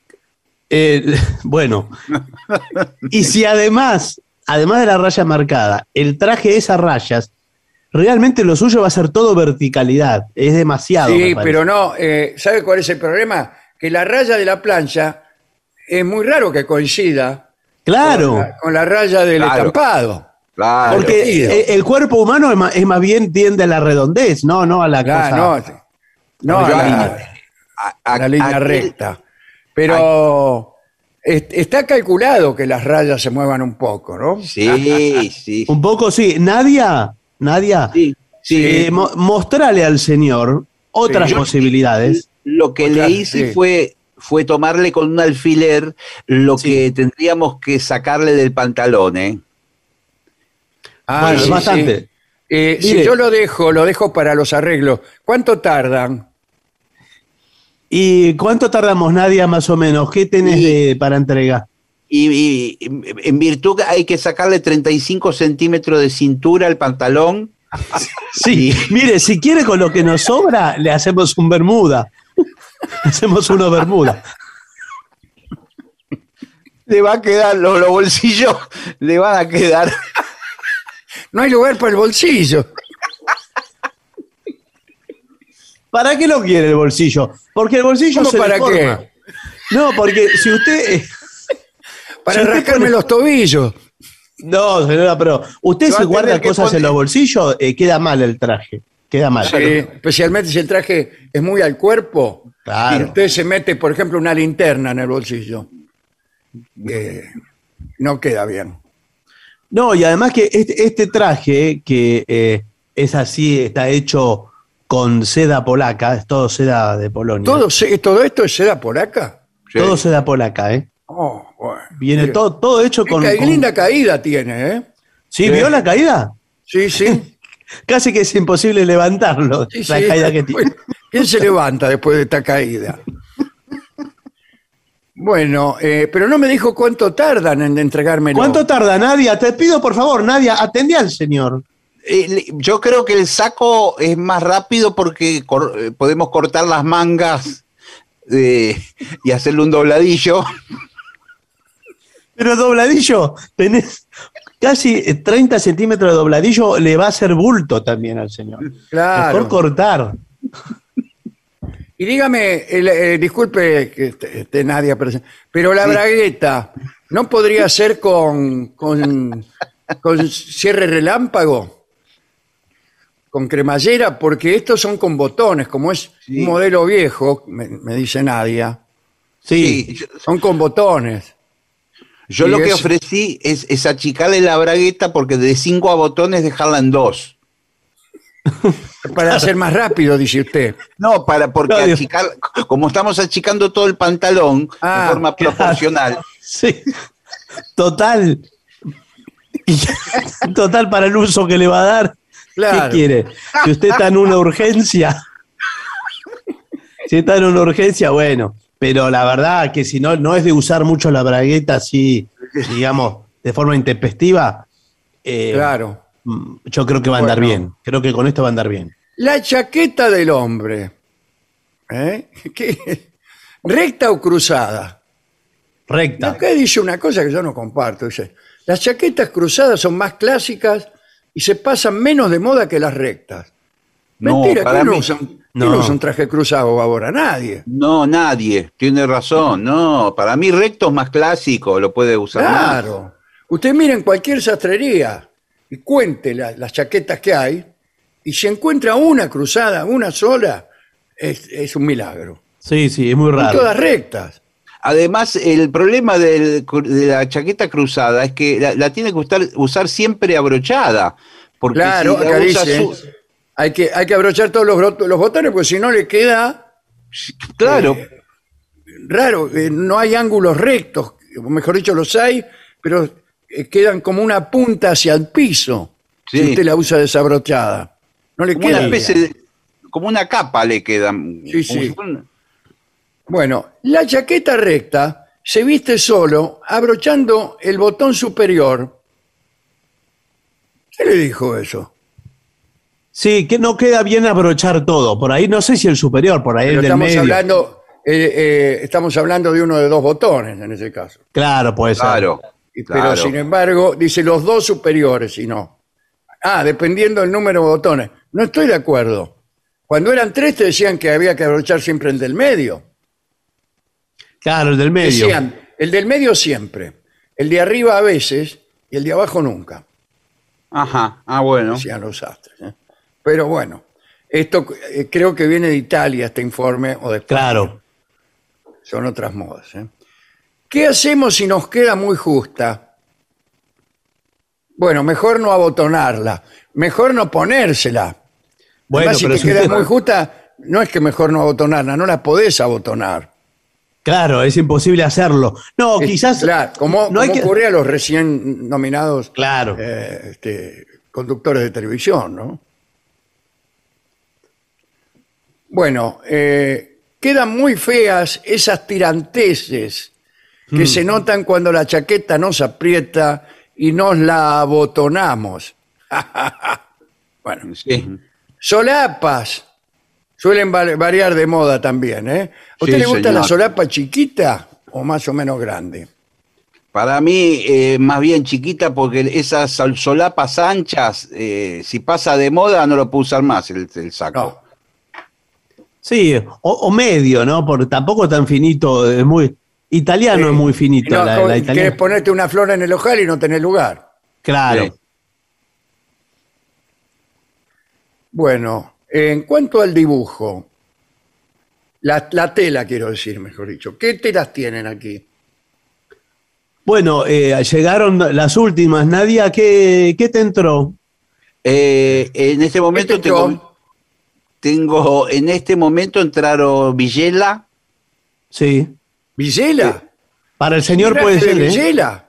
eh, bueno. Y si además, además de la raya marcada, el traje es a rayas, realmente lo suyo va a ser todo verticalidad. Es demasiado. me Sí, parece. pero no, eh, ¿sabe cuál es el problema? Que la raya de la plancha es muy raro que coincida Claro. con la, con la raya del Claro. estampado. Claro. Porque Sentido. eh, el cuerpo humano es más, es más bien tiende a la redondez, no, no a la Claro, cosa. no, no, a Yo- la, a- a a- la línea aquel- recta. Pero est- está calculado que las rayas se muevan un poco, ¿no? Sí, sí. Un poco sí. Nadia, Nadia, Sí, sí. eh, mo- mostrale al señor otras Yo- posibilidades. Lo que Otra- le hice sí. fue, fue tomarle con un alfiler lo Sí. que tendríamos que sacarle del pantalón, ¿eh? Ah, Bueno, es sí, bastante. sí. Eh, si Mire. yo lo dejo, lo dejo para los arreglos, ¿cuánto tardan? ¿Y cuánto tardamos, Nadia, más o menos? ¿Qué tenés Y- de, para entrega? Y, y- en virtud hay que sacarle treinta y cinco centímetros de cintura al pantalón. Sí, mire, si quiere con lo que nos sobra, le hacemos un bermuda. Hacemos uno bermuda. Le va a quedar, los, los bolsillos le van a quedar. No hay lugar para el bolsillo. ¿Para qué lo quiere el bolsillo? Porque el bolsillo ¿Cómo se para deforma. qué? No, porque si usted... eh, Para Si usted rascarme pone- los tobillos. No, señora, pero usted Se va si a guarda tener que cosas poner- en los bolsillos, eh, queda mal el traje. Queda mal. Sí, especialmente si el traje es muy al cuerpo. Claro. Y usted se mete, por ejemplo, una linterna en el bolsillo. Eh, no queda bien. No, y además que este, este traje, que eh, es así, está hecho con seda polaca, es todo seda de Polonia. ¿Todo, se- ¿Todo esto es seda polaca? Todo seda polaca, ¿eh? Oh, bueno. Viene Mire, todo, todo hecho qué con, ca- con- linda caída tiene, ¿eh? ¿Sí, vio la caída? Sí, sí. Casi que es imposible levantarlo, Sí, la sí. caída que tiene. Bueno, ¿quién se levanta después de esta caída? Bueno, eh, pero no me dijo cuánto tardan en entregármelo. ¿Cuánto tarda, Nadia? Te pido, por favor, Nadia, atendí al señor. Eh, le- yo creo que el saco es más rápido porque cor- eh, podemos cortar las mangas eh, y hacerle un dobladillo. Pero dobladillo, tenés casi eh, treinta centímetros de dobladillo, le va a hacer bulto también al señor. Claro. Mejor cortar. Y dígame, el- eh, disculpe que esté, esté Nadia presente, pero la bragueta, ¿no podría ser con, con, con cierre relámpago? ¿Con cremallera? Porque estos son con botones, como es Sí. un modelo viejo, me, me dice Nadia, Sí. Sí, yo- son con botones. Yo Y lo que es- ofrecí es, es achicarle la bragueta porque de cinco a botones dejarla en dos. Para hacer más rápido, dice usted. No, para, porque No, Dios. achicar, como estamos achicando todo el pantalón Ah, de forma claro. proporcional. Sí. Total. Y- Total para el uso que le va a dar. Claro. ¿Qué quiere? Si usted está en una urgencia. Si está en una urgencia, bueno. Pero la verdad que si no, no es de usar mucho la bragueta así, digamos, de forma intempestiva. eh, Claro. mm, Yo creo que va a andar Bueno. bien. Creo que con esto va a andar bien. La chaqueta del hombre. ¿Eh? ¿Qué? ¿Recta o cruzada? Recta. Acá dice una cosa que yo no comparto. Dice, las chaquetas cruzadas son más clásicas y se pasan menos de moda que las rectas. No, Mentira, para ¿quién no mí- usa, un- quién no. no usa un traje cruzado ahora? Nadie. No, nadie. Tiene razón. No, para mí recto es más clásico, lo puede usar más. Claro. Usted mira en cualquier sastrería y cuente la- las chaquetas que hay y si encuentra una cruzada, una sola, es, es un milagro. Sí, sí, es muy Son raro. todas rectas. Además, el problema del- de la chaqueta cruzada es que la, la tiene que usar, usar siempre abrochada. Porque Claro, si la acá usa dice, su- hay que, hay que abrochar todos los, bro- los botones porque si no le queda claro, eh, raro, eh, no hay ángulos rectos, o mejor dicho los hay, pero eh, quedan como una punta hacia el piso si Sí. usted la usa desabrochada. No le como queda una bien. especie de, como una capa le queda. Sí, como sí. si fuera una- Bueno, la chaqueta recta se viste solo abrochando el botón superior. ¿Qué le dijo eso? Sí, que no queda bien abrochar todo. Por ahí no sé si el superior, por ahí Pero el del estamos medio. hablando, eh, eh, estamos hablando de uno de dos botones en ese caso. Claro, puede ser. Claro, Y- Pero claro. sin embargo, dice los dos superiores y no. Ah, dependiendo del número de botones. No estoy de acuerdo. Cuando eran tres te decían que había que abrochar siempre el del medio. Claro, el del medio. Decían, el del medio siempre. El de arriba a veces y el de abajo nunca. Ajá, ah, bueno. Decían los sastres. ¿eh? Pero bueno, esto eh, creo que viene de Italia este informe o de España. Claro. Son otras modas. ¿eh? ¿Qué hacemos si nos queda muy justa? Bueno, mejor no abotonarla. Mejor no ponérsela. Bueno, Además, si pero te si queda usted- muy justa, no es que mejor no abotonarla, no la podés abotonar. Claro, es imposible hacerlo. No, Es- quizás. Claro, como, no hay como que- ocurre a los recién nominados Claro. eh, este, conductores de televisión, ¿no? Bueno, eh, quedan muy feas esas tiranteses que Hmm. se notan cuando la chaqueta nos aprieta y nos la abotonamos. Bueno, Sí. solapas suelen va- variar de moda también, ¿eh? ¿A usted Sí, le gusta señor. la solapa chiquita o más o menos grande? Para mí, eh, más bien chiquita, porque esas sol- solapas anchas, eh, si pasa de moda, no lo puedo usar más el, el saco. No. Sí, o, o medio, ¿no? Porque tampoco tan finito, es muy. Italiano Sí. es muy finito, No, la, como la querés italiana. ponerte una flor en el ojal y no tenés lugar. Claro. Sí. Bueno, en cuanto al dibujo, la, la tela quiero decir, mejor dicho, ¿qué telas tienen aquí? Bueno, eh, llegaron las últimas. Nadia, ¿qué, qué te entró? Eh, en este momento ¿Qué te entró? tengo, tengo, en este momento entraron Villela, Sí. ¿Villela? Para el señor ¿Traje puede de ser, ¿eh? Villela?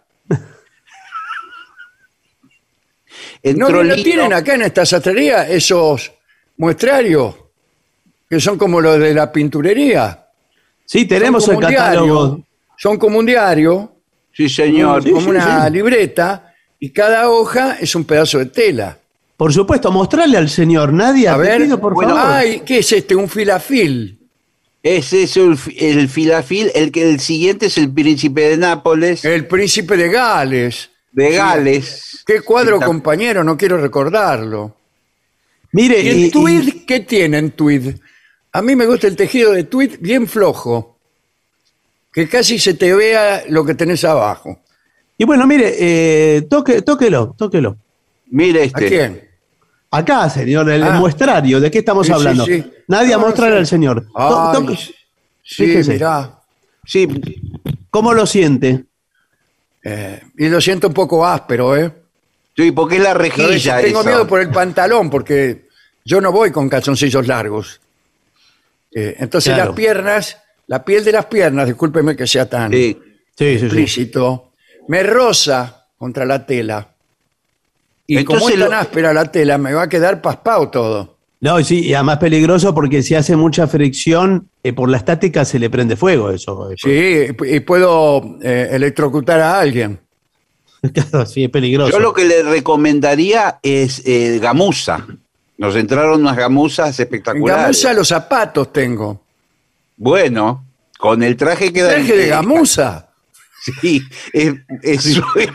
entró ¿No, no Lino. tienen acá en esta sastrería esos muestrarios que son como los de la pinturería? Sí, tenemos Son el como un catálogo. diario, son como un diario, Sí, señor. Sí, como sí, una sí. libreta, y cada hoja es un pedazo de tela. Por supuesto, mostrarle al señor. Nadia, A te ver, pido, por bueno, favor. ay, ¿qué es este? Un filafil. Ese es el, fi- el filafil, el que el siguiente es el príncipe de Nápoles, El príncipe de Gales. de Gales. Qué cuadro, Espectac- compañero, no quiero recordarlo. Mire, ¿Y el y- tweed? y- ¿Qué tiene en tweed? A mí me gusta el tejido de tweed bien flojo, que casi se te vea lo que tenés abajo. y bueno, mire, eh, toque, tóquelo, tóquelo. Mire ¿A este. quién? Acá, señor, el Ah. muestrario, ¿de qué estamos Sí, sí, hablando? sí. Nadia, No, no mostrarle sé. al señor. To- Ay, toque- sí, fíjese. mirá. Sí, ¿Cómo lo siente? Eh, y lo siento un poco áspero, ¿eh? Sí, porque es la A veces rejilla. tengo eso. miedo por el pantalón, porque yo no voy con calzoncillos largos. Eh, entonces Claro. las piernas, la piel de las piernas, discúlpeme que sea tan Sí. Sí, sí, sí. explícito, me roza contra la tela. Y como Entonces es tan lo- áspera la tela, me va a quedar paspado todo. No, y sí, y además peligroso porque si hace mucha fricción, eh, por la estática se le prende fuego eso. Sí, y puedo eh, electrocutar a alguien. Claro, sí, es peligroso. Yo lo que le recomendaría es eh, gamuza. Nos entraron unas gamuzas En espectaculares. gamuza los zapatos tengo. Bueno, con el traje queda. ¿Traje de gamuza? Sí, es, es, suave-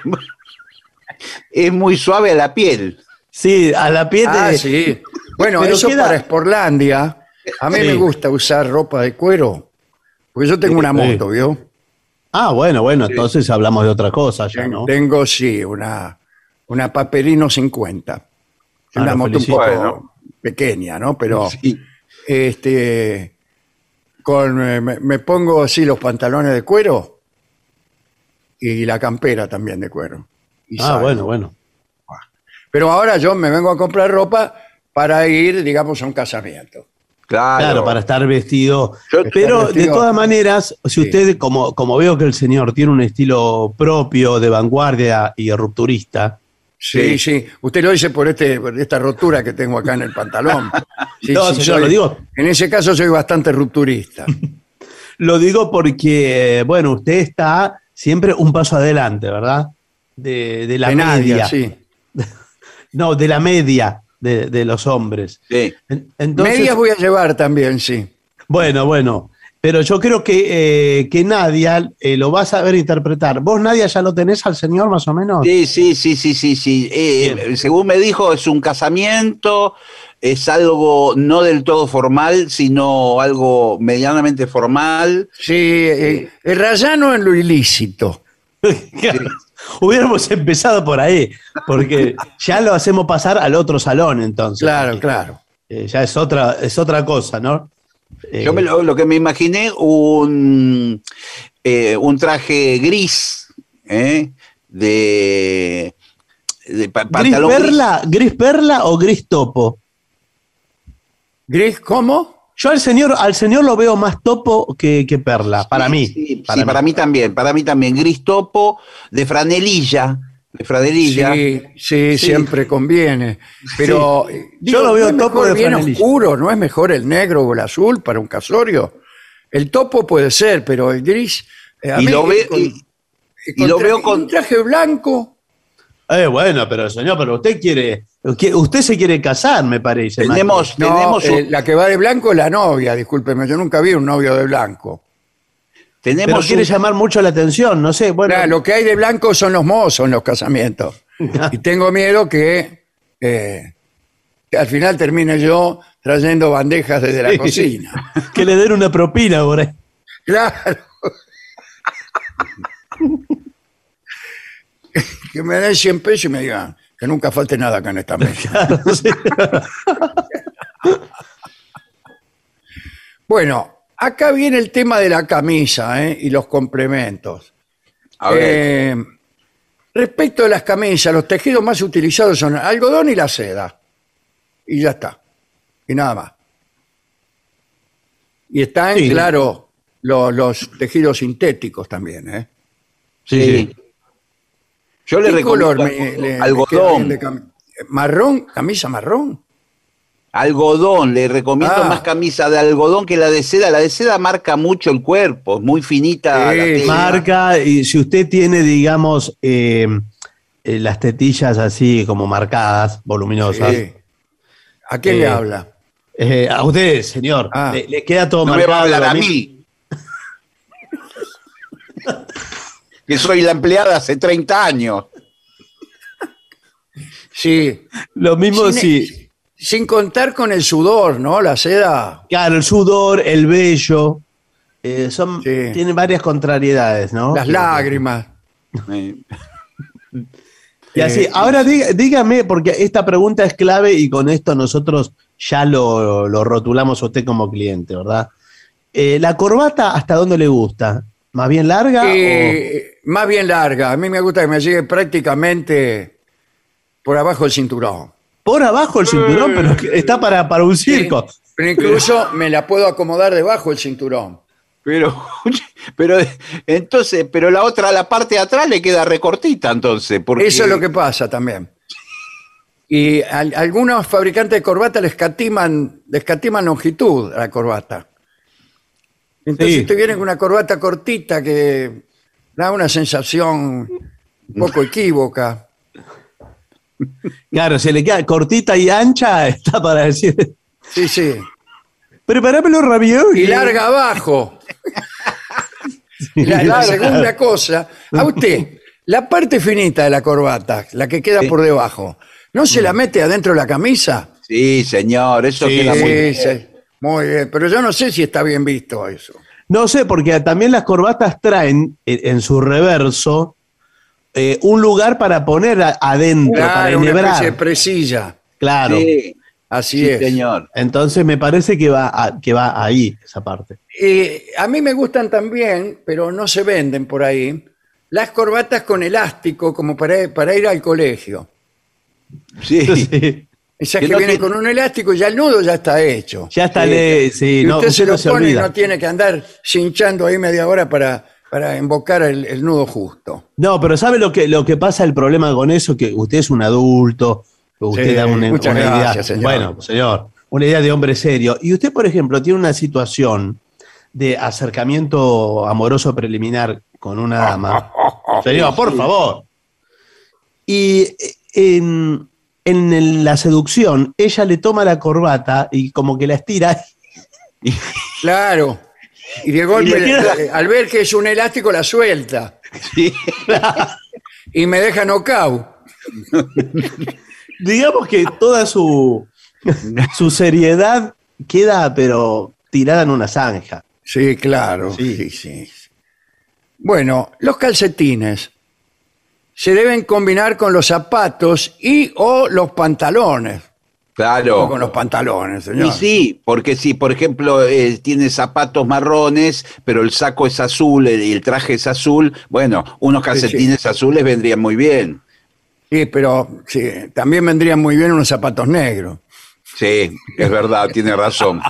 es muy suave a la piel. Sí, a la piel Ah, de- sí. Bueno, Pero eso queda- para Sportlandia. A mí Sí. me gusta usar ropa de cuero. Porque yo tengo una Sí. moto, ¿vio? Ah, bueno, bueno, entonces hablamos de otra cosa ya, Ten- ¿no? Tengo, sí, una, una Paperino cincuenta. Es Ah, una lo moto un felicito. poco Bueno. pequeña, ¿no? Pero Sí. este con eh, me, me pongo así los pantalones de cuero y la campera también de cuero. Y Ah, salgo. bueno, bueno. Pero ahora yo me vengo a comprar ropa para ir, digamos, a un casamiento. Claro. Claro, para estar vestido. Yo- Pero estar de vestido- todas maneras, si Sí. usted, como, como veo que el señor tiene un estilo propio de vanguardia y rupturista, Sí, sí. Usted lo dice por este por esta rotura que tengo acá en el pantalón. Sí, No, sí, señor, lo digo- En ese caso soy bastante rupturista. lo digo porque, eh, bueno, usted está siempre un paso adelante, ¿verdad? De, de la De media. nadie, sí. No, de la media de, de los hombres. Sí. En- Entonces, Medias voy a llevar también, sí. bueno, bueno. Pero yo creo que, eh, que Nadia eh, lo va a saber interpretar. ¿Vos, Nadia, ya lo tenés al señor más o menos? Sí, sí, sí, sí, sí, sí. Eh, Bien. según me dijo, es un casamiento, es algo no del todo formal, sino algo medianamente formal. Sí, eh, el rayano en lo ilícito. Claro. Hubiéramos empezado por ahí, porque ya lo hacemos pasar al otro salón, entonces. Claro, claro. Eh, ya es otra, es otra cosa, ¿no? Eh, Yo me lo, lo que me imaginé, un, eh, un traje gris, ¿eh? de, de pa- ¿Gris pantalón gris. perla, gris perla o gris topo? ¿Gris cómo? Yo al señor, al señor lo veo más topo que, que perla, para Sí, mí. Sí, sí, para, mí. también, para mí también. Gris topo, de franelilla, de franelilla. Sí, sí, Sí. siempre conviene. Pero eh, Yo lo veo ¿no es topo mejor de bien franelilla. oscuro, ¿no es mejor el negro o el azul para un casorio? El topo puede ser, pero el gris... eh, a Y mí, lo ve- con- y- eh, y lo tra- veo con- un traje blanco. Eh, bueno, pero señor, pero usted quiere, usted se quiere casar, me parece. Tenemos, No, tenemos, eh, un- la que va de blanco es la novia, discúlpeme, yo nunca vi un novio de blanco. Pero tenemos quiere un- llamar mucho la atención, no sé. Bueno, Claro, lo que hay de blanco son los mozos en los casamientos. Y tengo miedo que, eh, que al final termine yo trayendo bandejas desde la Sí. cocina. que le den una propina por ahí. Claro. Que me den cien pesos y me digan que nunca falte nada acá en esta mesa. Claro, sí. Bueno, acá viene el tema de la camisa, ¿eh? Y los complementos. a ver, Eh, respecto de las camisas, los tejidos más utilizados son el algodón y la seda. Y ya está. Y nada más. Y están, Sí. claro, lo- los tejidos sintéticos también, ¿eh? Sí, sí. yo le ¿Qué recomiendo color me- algo- le- le queda bien algodón. de cam- ¿Marrón? ¿Camisa marrón? Algodón, le recomiendo Ah. más camisa de algodón que la de seda. La de seda marca mucho el cuerpo, es muy finita. Sí, la tela. Marca, y si usted tiene, digamos, eh, eh, las tetillas así como marcadas, voluminosas, Sí. ¿A quién Eh, le habla? eh, a usted, señor, Ah. le, le queda todo No me marcado. va a hablar lo a mismo. mí. Que soy la empleada hace treinta años. Sí. Lo mismo Sin- si, Sin contar con el sudor, ¿no? La seda. claro, el sudor, el vello, eh, son, Sí. tienen varias contrariedades, ¿no? Las lágrimas. Eh, Y así, Eh, ahora diga- dígame, porque esta pregunta es clave y con esto nosotros ya lo, lo rotulamos a usted como cliente, ¿verdad? Eh, ¿La corbata hasta dónde le gusta? ¿Más bien larga? Eh, más bien larga. A mí me gusta que me llegue prácticamente por abajo del cinturón. o por abajo el cinturón, pero que está para, para un circo. Sí, pero incluso me la puedo acomodar debajo del cinturón. Pero, pero entonces, pero la otra, la parte de atrás le queda recortita, entonces. Porque... Eso es lo que pasa también. Y a, algunos fabricantes de corbata le escatiman, le escatiman longitud a la corbata. Entonces Sí. te vienen con una corbata cortita que da una sensación un poco equívoca. Claro, se le queda cortita y ancha, está para decir, Sí, sí. prepárame los raviolis. Y larga abajo. La, la segunda cosa, a usted, la parte finita de la corbata, la que queda Sí. por debajo, ¿no se la mete adentro de la camisa? Sí, señor, eso Sí, queda muy Sí, bien. sí. Muy bien, pero yo no sé si está bien visto eso. No sé, porque también las corbatas traen en, en su reverso eh, un lugar para poner a- adentro, para Claro, una enhebrar. especie de presilla. Claro. Sí, Así sí, es. señor. Entonces me parece que va, a- que va ahí, esa parte. Eh, a mí me gustan también, pero no se venden por ahí, las corbatas con elástico como para, para ir al colegio. Sí. Sí. Esas Que que no vienen tiene- con un elástico y ya el nudo ya está hecho. Ya está, Sí, le, sí, y no, usted se no lo se pone y olvida. no tiene que andar cinchando ahí media hora para, para embocar el, el nudo justo. No, pero ¿sabe lo que, lo que pasa? El problema con eso, que usted es un adulto, que usted Sí, da una, muchas una gracias, idea, señor. bueno, señor, una idea de hombre serio. Y usted, por ejemplo, tiene una situación de acercamiento amoroso preliminar con una dama. Señor, por favor. Y eh, en, en el- la seducción, ella le toma la corbata y como que la estira. Claro. Y de golpe, Y le queda- eh, al ver que es un elástico, la suelta. Sí. Y me deja knockout. Digamos que toda su, su seriedad queda, pero tirada en una zanja. Sí, claro. Sí, sí. Bueno, los calcetines se deben combinar con los zapatos y o los pantalones. Claro. O con los pantalones, señor. Y sí, porque si, por ejemplo, eh, tiene zapatos marrones, pero el saco es azul el- y el traje es azul, bueno, unos calcetines azules vendrían muy bien. Sí, pero sí, también vendrían muy bien unos zapatos negros. Sí, es verdad, tiene razón.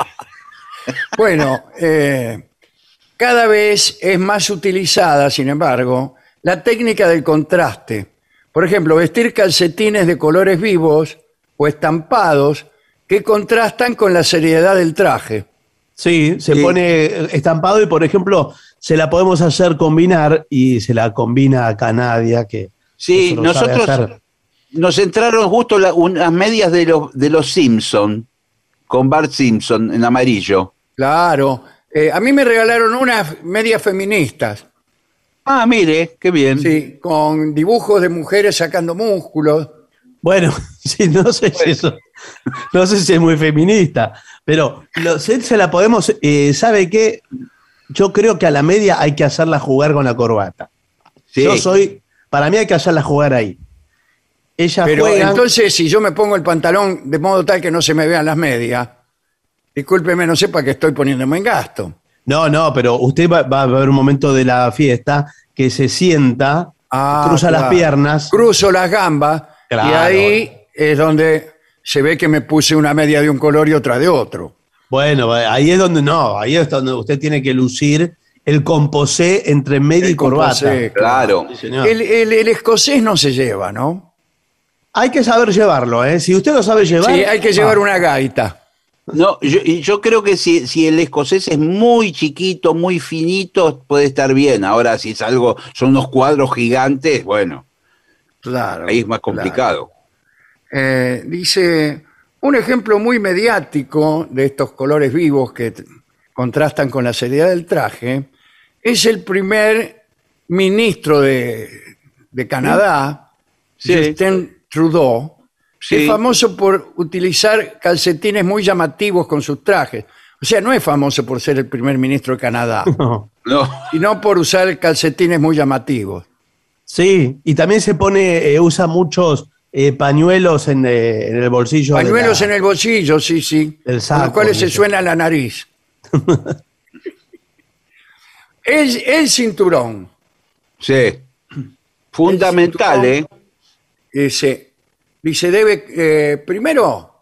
Bueno, eh, cada vez es más utilizada, sin embargo, la técnica del contraste. Por ejemplo, vestir calcetines de colores vivos o estampados que contrastan con la seriedad del traje. Sí, se Sí. pone estampado y, por ejemplo, se la podemos hacer combinar y se la combina acá Nadia, que Sí, eso lo sabe nosotros hacer. nos entraron justo la- unas medias de los, de los Simpson, con Bart Simpson en amarillo. Claro. Eh, a mí me regalaron unas medias feministas, Ah, mire, qué bien. sí, con dibujos de mujeres sacando músculos. Bueno, sí, no sé si eso, no sé si es muy feminista, pero lo, se, se la podemos, eh, ¿sabe qué? Yo creo que a la media hay que hacerla jugar con la corbata. Sí. Yo soy, para mí hay que hacerla jugar ahí. Ella Pero juega. entonces, si yo me pongo el pantalón de modo tal que no se me vean las medias, discúlpeme, no sepa que estoy poniéndome en gasto. No, no, pero usted va, va a haber un momento de la fiesta que se sienta, Ah, cruza las claro. piernas. Cruzo las gambas y Claro. ahí es donde se ve que me puse una media de un color y otra de otro. Bueno, ahí es donde no, ahí es donde usted tiene que lucir el composé entre media El y corbata. composé, Claro. Sí, señor. El, el- el escocés no se lleva, ¿no? Hay que saber llevarlo, ¿eh? Si usted lo sabe llevar. Sí, hay que llevar ah, una gaita. No, yo, y yo creo que si, si el escocés es muy chiquito, muy finito, puede estar bien. Ahora, si es algo, son unos cuadros gigantes, bueno, Claro. ahí es más claro. complicado. Eh, dice, un ejemplo muy mediático de estos colores vivos que t- contrastan con la seriedad del traje es el primer ministro de, de Canadá, Sí. Justin Trudeau, que Sí. es famoso por utilizar calcetines muy llamativos con sus trajes. O sea, no es famoso por ser el primer ministro de Canadá, no. No, sino por usar calcetines muy llamativos. Sí, y también se pone, eh, usa muchos eh, pañuelos en, eh, en el bolsillo. de Pañuelos la- en el bolsillo, sí, sí. El con saco, los cuales se dice. suena la nariz. El, el cinturón. Sí. Fundamental, El ¿eh? Dice, dice, debe, eh, primero,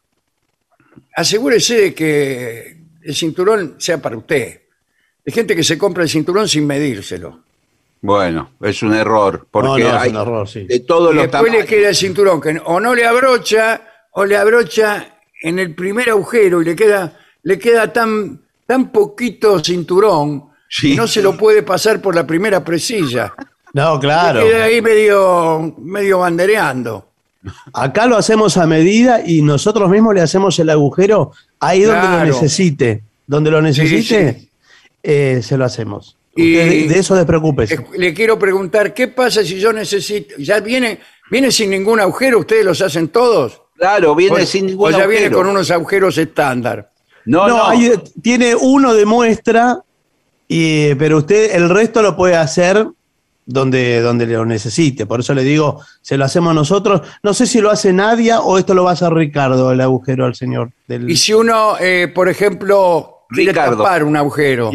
asegúrese de que el cinturón sea para usted. Hay gente que se compra el cinturón sin medírselo. Bueno, es un error, porque No, no, es hay un error, sí. de todos Y los después le tamaños. queda el cinturón que o no le abrocha o le abrocha en el primer agujero y le queda, le queda tan, tan poquito cinturón Sí. que no se lo puede pasar por la primera presilla. No, claro. Le queda ahí medio, medio bandereando. Acá lo hacemos a medida y nosotros mismos le hacemos el agujero ahí donde Claro. lo necesite. Donde lo necesite, sí. eh, se lo hacemos. Y- Usted de, de eso despreocúpese. Eh, Le quiero preguntar, ¿qué pasa si yo necesito? ¿Ya viene, viene sin ningún agujero? ¿Ustedes los hacen todos? Claro, viene O- sin o ningún ya viene agujero. con unos agujeros estándar. No, No, no. hay- tiene uno de muestra, y, pero usted el resto lo puede hacer donde, donde lo necesite. Por eso le digo, se lo hacemos nosotros. No sé si lo hace Nadia o esto lo va a hacer Ricardo, el agujero al señor. Del... Y si uno, eh, por ejemplo, quiere Ricardo. tapar un agujero,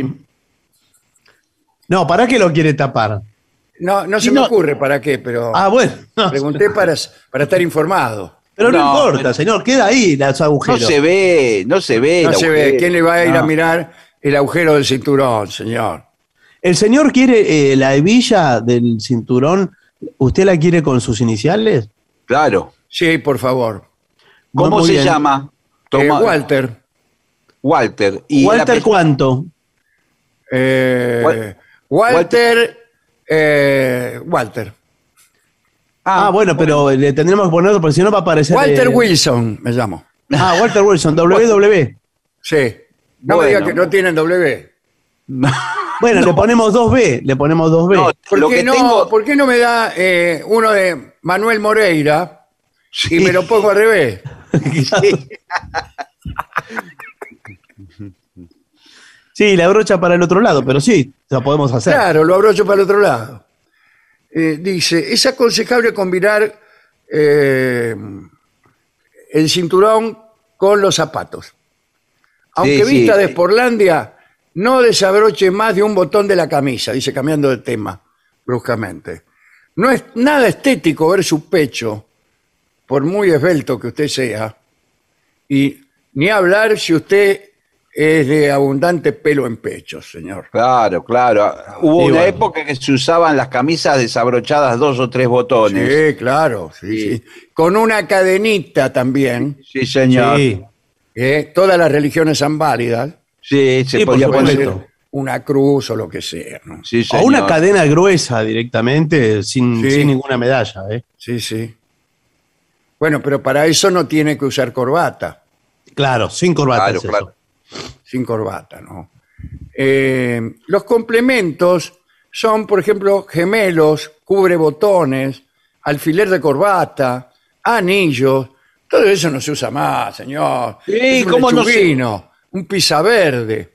No, ¿para qué lo quiere tapar? no, no se Y me no- ocurre para qué, pero Ah, bueno. No, pregunté para, para estar informado. pero no, No, importa, pero- señor, queda ahí los No agujeros. se ve, no se ve. No el se ve, agujero. ¿quién le va a ir a No. mirar el agujero del cinturón, señor? El señor quiere eh, la hebilla del cinturón, ¿usted la quiere con sus iniciales? Claro. Sí, por favor. ¿Cómo Muy se bien. llama? Eh, Toma- Walter. Walter. Y el ¿Walter apellido- cuánto? eh, Wal- Walter. eh, Walter. Ah, bueno, pero le tendremos que ponerlo porque si no va a aparecer... Walter eh, Wilson, me llamo. Ah, Walter Wilson, W W. Sí. No me Bueno. diga que no tienen W. Bueno, le ponemos dos B, le ponemos dos B. No, ¿Por, lo qué que no, tengo. ¿Por qué no me da eh, uno de Manuel Moreira y me lo pongo al revés? Sí, la brocha para el otro lado, pero sí, lo podemos hacer. Claro, lo abrocho para el otro lado. Eh, dice, es aconsejable combinar eh, el cinturón con los zapatos. Aunque Sí, vista sí. de Sportlandia, no desabroche más de un botón de la camisa, dice cambiando de tema bruscamente. No es nada estético ver su pecho, por muy esbelto que usted sea, y ni hablar si usted es de abundante pelo en pecho, señor. Claro, claro. Hubo Sí, una bueno. época que se usaban las camisas desabrochadas dos o tres botones. Sí, claro, sí, sí. Con una cadenita también. Sí, señor. Sí, Sí, ¿eh? Todas las religiones son válidas. se Sí, por podía Puede supuesto. poner. ser una cruz o lo que sea, ¿no? Sí, o señor. una cadena gruesa directamente, sin, Sí. sin ninguna medalla. ¿eh? Sí, sí. Bueno, pero para eso no tiene que usar corbata, Claro, sin corbata. Claro, es eso. claro. sin corbata, ¿no? Eh, los complementos son, por ejemplo, gemelos, cubrebotones, alfiler de corbata, anillos. Todo eso no se usa más, señor. Sí, Es un ¿cómo no se- lechuguino, un pisaverde.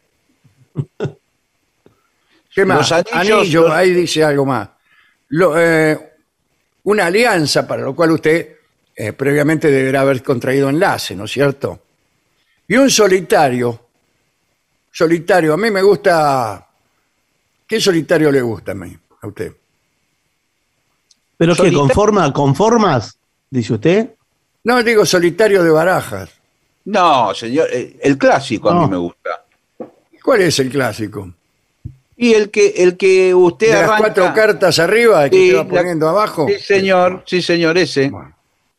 ¿Qué más? Los anillos, Anillo, los- ahí dice algo más. Lo- eh, una alianza para lo cual usted eh, previamente deberá haber contraído enlace, ¿no es cierto? Y un solitario. Solitario, a mí me gusta... ¿Qué solitario le gusta a mí, a usted? ¿Pero qué? Solita- ¿Con, forma, ¿Con formas? Dice usted. No, digo solitario de barajas. No, señor. eh, El clásico a No. mí me gusta. ¿Cuál es el clásico? Y el que, el que usted ¿De las arranca- cuatro cartas arriba que Sí, te va la- poniendo abajo? Sí, señor. Sí, señor, ese. Bueno.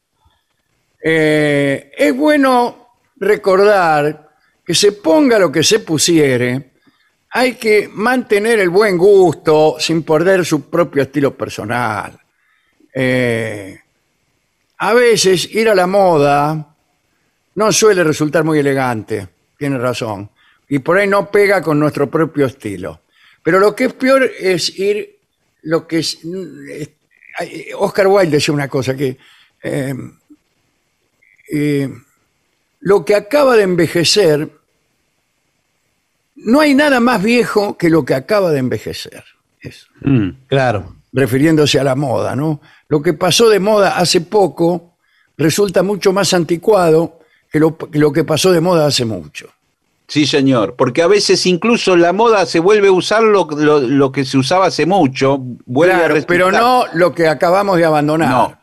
Eh, es bueno recordar que se ponga lo que se pusiere, hay que mantener el buen gusto sin perder su propio estilo personal. Eh, a veces ir a la moda no suele resultar muy elegante, tiene razón, y por ahí no pega con nuestro propio estilo. Pero lo que es peor es ir lo que es... es- Oscar Wilde decía una cosa que... eh, eh, lo que acaba de envejecer, no hay nada más viejo que lo que acaba de envejecer. Eso, Mm. Claro. refiriéndose a la moda, ¿no? Lo que pasó de moda hace poco resulta mucho más anticuado que lo, que lo que pasó de moda hace mucho. Sí, señor, porque a veces incluso la moda se vuelve a usar lo, lo, lo que se usaba hace mucho. Vuelve Claro, a resultar. pero no lo que acabamos de abandonar. No.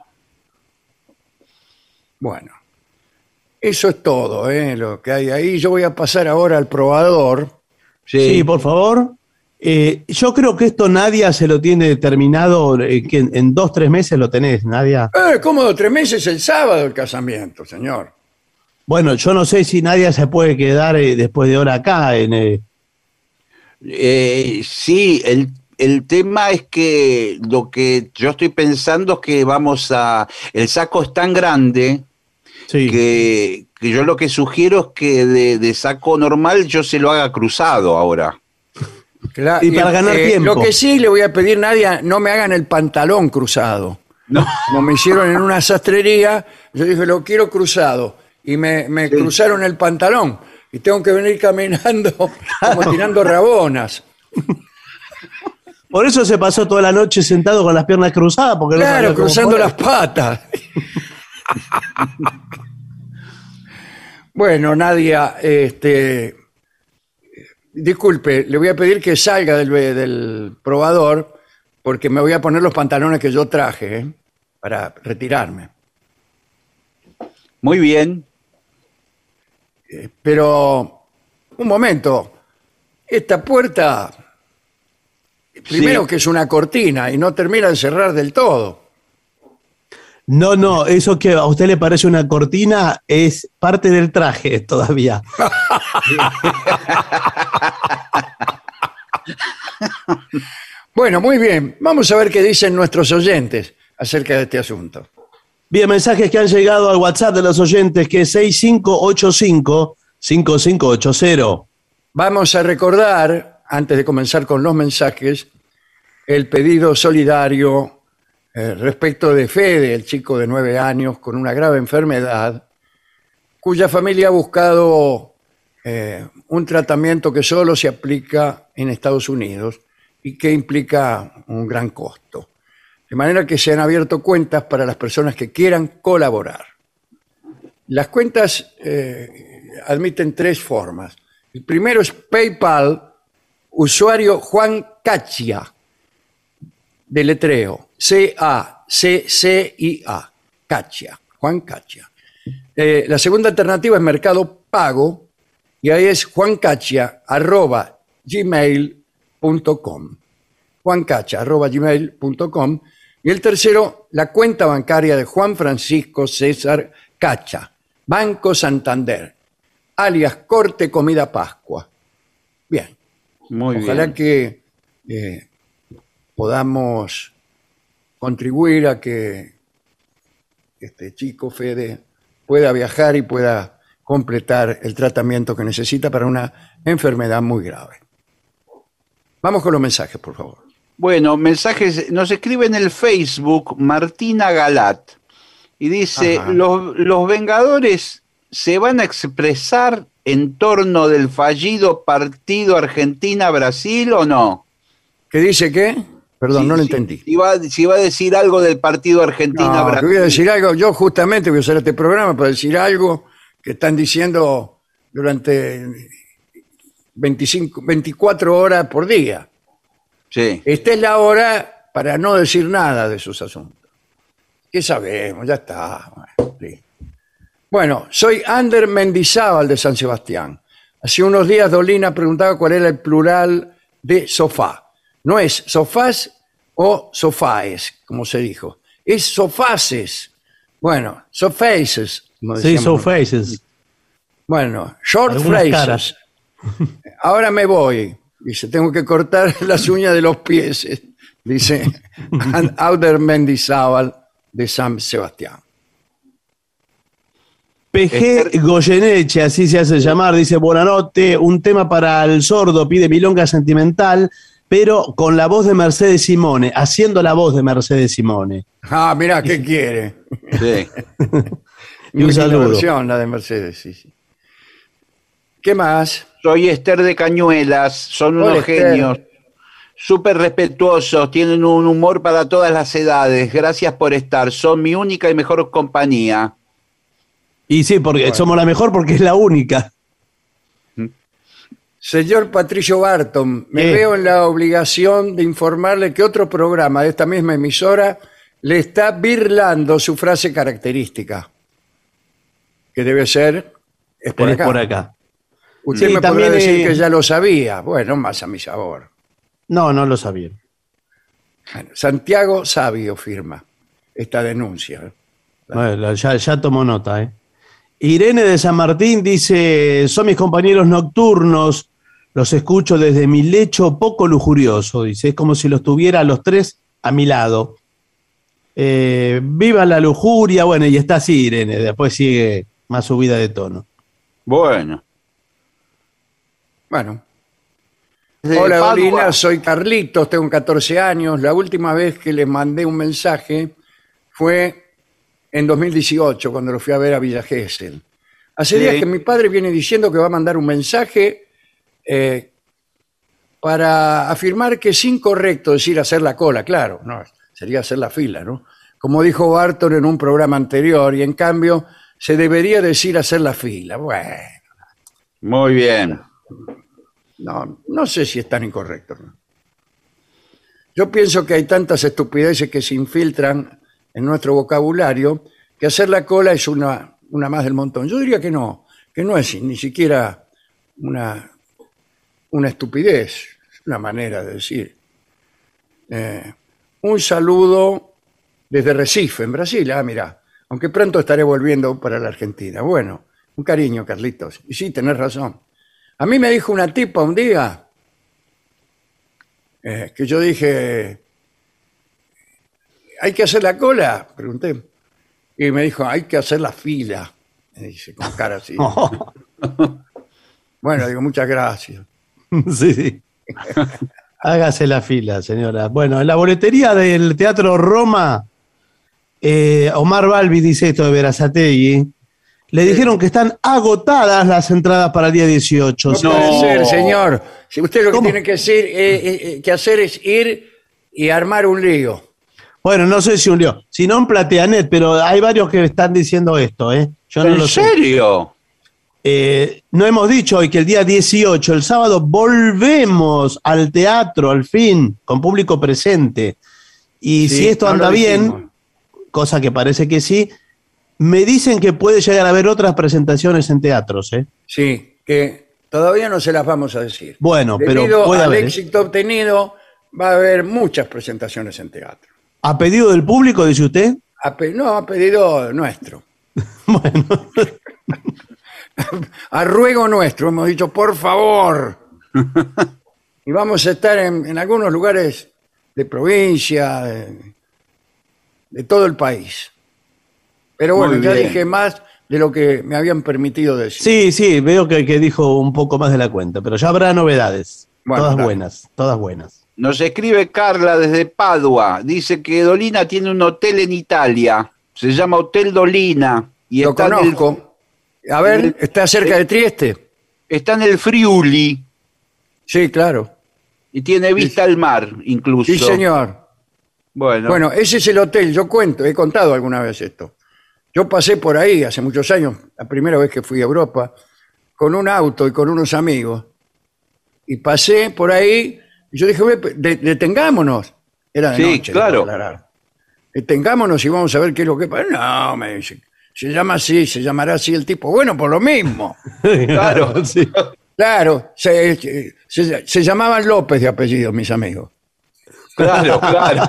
Bueno, eso es todo, ¿eh? Lo que hay ahí. Yo voy a pasar ahora al probador. Sí, Sí, por favor. Eh, yo creo que esto Nadia se lo tiene determinado, eh, que en, en dos, tres meses lo tenés, Nadia. Eh, ¿cómo? Tres meses el sábado el casamiento, señor. Bueno, yo no sé si Nadia se puede quedar eh, después de hora acá. En, eh, Eh, sí, el, el tema es que lo que yo estoy pensando es que vamos a... El saco es tan grande sí. que, que yo lo que sugiero es que de, de saco normal yo se lo haga cruzado ahora. Claro, Y para ganar tiempo. Lo que sí le voy a pedir, Nadia, no me hagan el pantalón cruzado. No. Como me hicieron en una sastrería, yo dije, lo quiero cruzado. Y me, me Sí. cruzaron el pantalón. Y tengo que venir caminando como tirando rabonas. Por eso se pasó toda la noche sentado con las piernas cruzadas. Porque no Claro, sabía cómo cruzando poner. las patas. Bueno, Nadia, este, disculpe, le voy a pedir que salga del, del probador porque me voy a poner los pantalones que yo traje, ¿eh? Para retirarme. Muy bien. Pero, un momento, esta puerta, primero Sí. que es una cortina y no termina de cerrar del todo. No, no, eso que a usted le parece una cortina es parte del traje todavía. Bueno, muy bien, vamos a ver qué dicen nuestros oyentes acerca de este asunto. Bien, mensajes que han llegado al WhatsApp de los oyentes, que es seis cinco ocho cinco, cinco cinco ocho cero. Vamos a recordar, antes de comenzar con los mensajes, el pedido solidario eh, respecto de Fede, el chico de nueve años con una grave enfermedad, cuya familia ha buscado eh, un tratamiento que solo se aplica en Estados Unidos y que implica un gran costo. De manera que se han abierto cuentas para las personas que quieran colaborar. Las cuentas eh, admiten tres formas. El primero es PayPal, usuario Juan Cachia, deletreo, C A C C I A, Cachia, Juan Cachia. Eh, la segunda alternativa es Mercado Pago, y ahí es juancachia arroba gmail punto com. juancachia arroba gmail punto com. Y el tercero, la cuenta bancaria de Juan Francisco César Cacha, Banco Santander, alias Corte Comida Pascua. Bien, Muy ojalá bien. que eh, podamos contribuir a que este chico Fede pueda viajar y pueda completar el tratamiento que necesita para una enfermedad muy grave. Vamos con los mensajes, por favor. Bueno, mensajes, nos escribe en el Facebook Martina Galat y dice, Ajá. los, los Vengadores se van a expresar en torno del fallido partido Argentina-Brasil o no. ¿Qué dice qué? Perdón, Sí, no lo sí. entendí. Si va, si va a decir algo del partido No, te Argentina-Brasil. voy a decir algo. Yo justamente voy a usar este programa para decir algo que están diciendo durante veinticinco, veinticuatro horas por día. Sí. Esta es la hora para no decir nada de sus asuntos. ¿Qué sabemos? Ya está. Bueno, sí. Bueno, soy Ander Mendizábal de San Sebastián. Hace unos días Dolina preguntaba cuál era el plural de sofá. No es sofás o sofáes, como se dijo. Es sofaces. Bueno, sofaces. como Sí, decíamos so nosotros. faces. Bueno, short Algunas phrases. caras. Ahora me voy. Dice, tengo que cortar las uñas de los pies. Dice Auder Mendizábal de San Sebastián. P G Goyeneche, así se hace llamar, dice, buenanote, un tema para el sordo, pide milonga sentimental, pero con la voz de Mercedes Simone, haciendo la voz de Mercedes Simone. Ah, mirá, ¿qué quiere? Sí. Y un Muy linda saludo. versión, la de Mercedes, sí, sí. ¿Qué más? Soy Esther de Cañuelas, son Hola, unos Esther. genios, súper respetuosos, tienen un humor para todas las edades. Gracias por estar, son mi única y mejor compañía. Y sí, porque Bueno. somos la mejor porque es la única. Señor Patricio Barton, me ¿Qué? veo en la obligación de informarle que otro programa de esta misma emisora le está birlando su frase característica, que debe ser, es por Es acá. por acá. Usted Sí, me también, podrá decir eh, que ya lo sabía. Bueno, más a mi sabor. No, no lo sabía. Bueno, Santiago Sabio firma esta denuncia. Bueno, ya, ya tomó nota, ¿eh? Irene de San Martín dice, son mis compañeros nocturnos, los escucho desde mi lecho poco lujurioso, dice, es como si los tuviera a los tres a mi lado. Eh, viva la lujuria, bueno, y está así Irene, después sigue más subida de tono. Bueno. Bueno. Desde Hola, Padua. Dolina, soy Carlitos, tengo catorce años. La última vez que les mandé un mensaje fue en dos mil dieciocho, cuando lo fui a ver a Villa Gesell. Hace Sí. días que mi padre viene diciendo que va a mandar un mensaje eh, para afirmar que es incorrecto decir hacer la cola, claro, no, sería hacer la fila, ¿no? Como dijo Barton en un programa anterior, y en cambio se debería decir hacer la fila. Bueno, Muy bien. no, no sé si es tan incorrecto, ¿no? Yo pienso que hay tantas estupideces que se infiltran en nuestro vocabulario que hacer la cola es una, una más del montón. Yo diría que no, que no es ni siquiera una, una estupidez, es una manera de decir. Eh, un saludo desde Recife, en Brasil. Ah, mira, aunque pronto estaré volviendo para la Argentina. Bueno, un cariño, Carlitos. Y sí, tenés razón. A mí me dijo una tipa un día eh, que yo dije, ¿hay que hacer la cola? Pregunté. Y me dijo, hay que hacer la fila. Me dice, con cara así. Bueno, digo, muchas gracias. Sí, sí. Hágase la fila, señora. Bueno, en la boletería del Teatro Roma, eh, Omar Balbi dice esto de Berazategui. Le dijeron que están agotadas las entradas para el día dieciocho. No, Sí. puede ser, señor. Si usted lo que ¿Cómo? tiene que hacer, eh, eh, eh, que hacer es ir y armar un lío. Bueno, no sé si un lío. Si no en Plateanet, pero hay varios que están diciendo esto, ¿eh? Yo no ¿En lo sé. serio? Eh, no hemos dicho hoy que el día dieciocho, el sábado, volvemos al teatro, al fin, con público presente. Y Sí, si esto no lo anda bien, dijimos. cosa que parece que sí, me dicen que puede llegar a haber otras presentaciones en teatros, ¿eh? Sí, que todavía no se las vamos a decir. Bueno, pero Debido puede al haber, ¿eh? éxito obtenido, va a haber muchas presentaciones en teatro. ¿A pedido del público, dice usted? A pe- no, a pedido nuestro. Bueno, A ruego nuestro, hemos dicho, por favor. Y vamos a estar en, en algunos lugares de provincia, de, de todo el país. Pero bueno, Muy ya bien. dije más de lo que me habían permitido decir. sí, sí, veo que, que dijo un poco más de la cuenta, pero ya habrá novedades. Bueno, todas dale. buenas, todas buenas. Nos escribe Carla desde Padua. Dice que Dolina tiene un hotel en Italia. Se llama Hotel Dolina. Y Lo está en, el, conozco. A ver, ¿está cerca de Trieste? está en el Friuli. Sí, claro. Y tiene vista al mar, incluso. Sí, señor. Bueno, Bueno, ese es el hotel. Yo cuento, he contado alguna vez esto. Yo pasé por ahí hace muchos años, la primera vez que fui a Europa, con un auto y con unos amigos. Y pasé por ahí, y yo dije, "Ve, de- detengámonos. Era de Sí, noche, claro. debo aclarar. Detengámonos y vamos a ver qué es lo que pasa. No, me dice, se llama así, se llamará así el tipo. Bueno, por lo mismo. Claro. Sí. Claro, se, se- se llamaban López de apellido, mis amigos. claro, claro.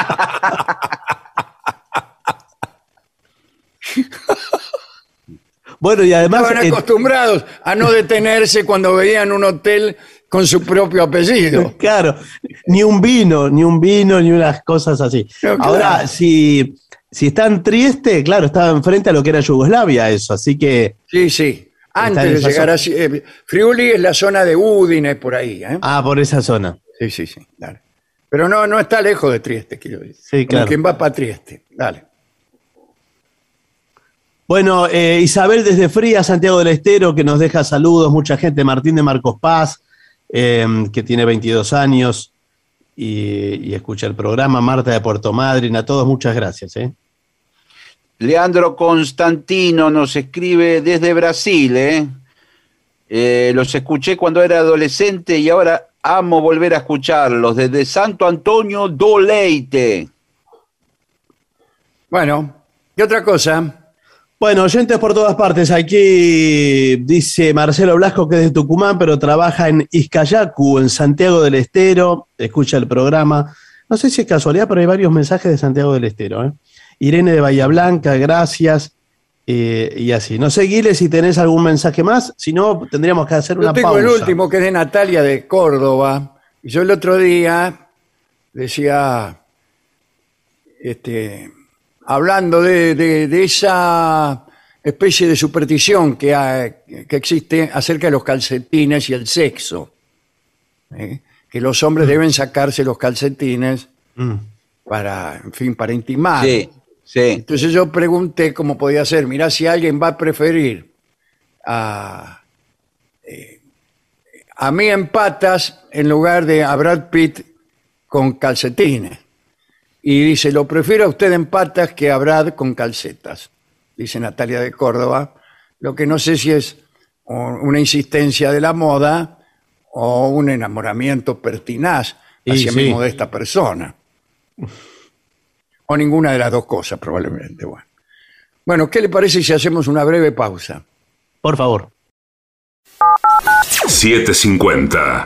Bueno, y además... Estaban eh, acostumbrados a no detenerse cuando veían un hotel con su propio apellido. Claro, ni un vino, ni un vino, ni unas cosas así. No, claro. Ahora, si, si está en Trieste, claro, estaba enfrente a lo que era Yugoslavia, eso, así que. Sí, sí. Está en Antes de esa llegar zona. así. eh, Friuli es la zona de Udine, por ahí. ¿eh? Ah, por esa zona. Sí, sí, sí. Dale. Pero no, no está lejos de Trieste, quiero decir. Sí, Como claro. quien va para Trieste. Dale. Bueno, eh, Isabel desde Fría, Santiago del Estero, que nos deja saludos, mucha gente, Martín de Marcos Paz, eh, que tiene veintidós años y, y escucha el programa, Marta de Puerto Madryn, a todos muchas gracias. ¿eh? Leandro Constantino nos escribe desde Brasil, ¿eh? Eh, los escuché cuando era adolescente y ahora amo volver a escucharlos desde Santo Antonio do Leite. Bueno, ¿qué otra cosa? Bueno, oyentes por todas partes. Aquí dice Marcelo Blasco que es de Tucumán, pero trabaja en Izcallacu, en Santiago del Estero. Escucha el programa. No sé si es casualidad, pero hay varios mensajes de Santiago del Estero. ¿eh? Irene de Bahía Blanca, gracias. Eh, y así. No sé, Guile, si tenés algún mensaje más. Si no, tendríamos que hacer Yo una tengo pausa. el último, que es de Natalia de Córdoba. Y yo el otro día decía, este, hablando de, de- de esa especie de superstición que, hay- que existe acerca de los calcetines y el sexo. ¿eh? Que los hombres deben sacarse los calcetines Mm. para, en fin, para intimar. Sí, sí. Entonces yo pregunté cómo podía ser. Mirá, si alguien va a preferir a, eh, a mí en patas en lugar de a Brad Pitt con calcetines. Y dice, lo prefiero a usted en patas que a Brad con calcetas, dice Natalia de Córdoba. Lo que no sé si es o una insistencia de la moda o un enamoramiento pertinaz Y hacia sí. mismo de esta persona. O ninguna de las dos cosas, probablemente. Bueno. Bueno, ¿qué le parece si hacemos una breve pausa? Por favor. setecientos cincuenta.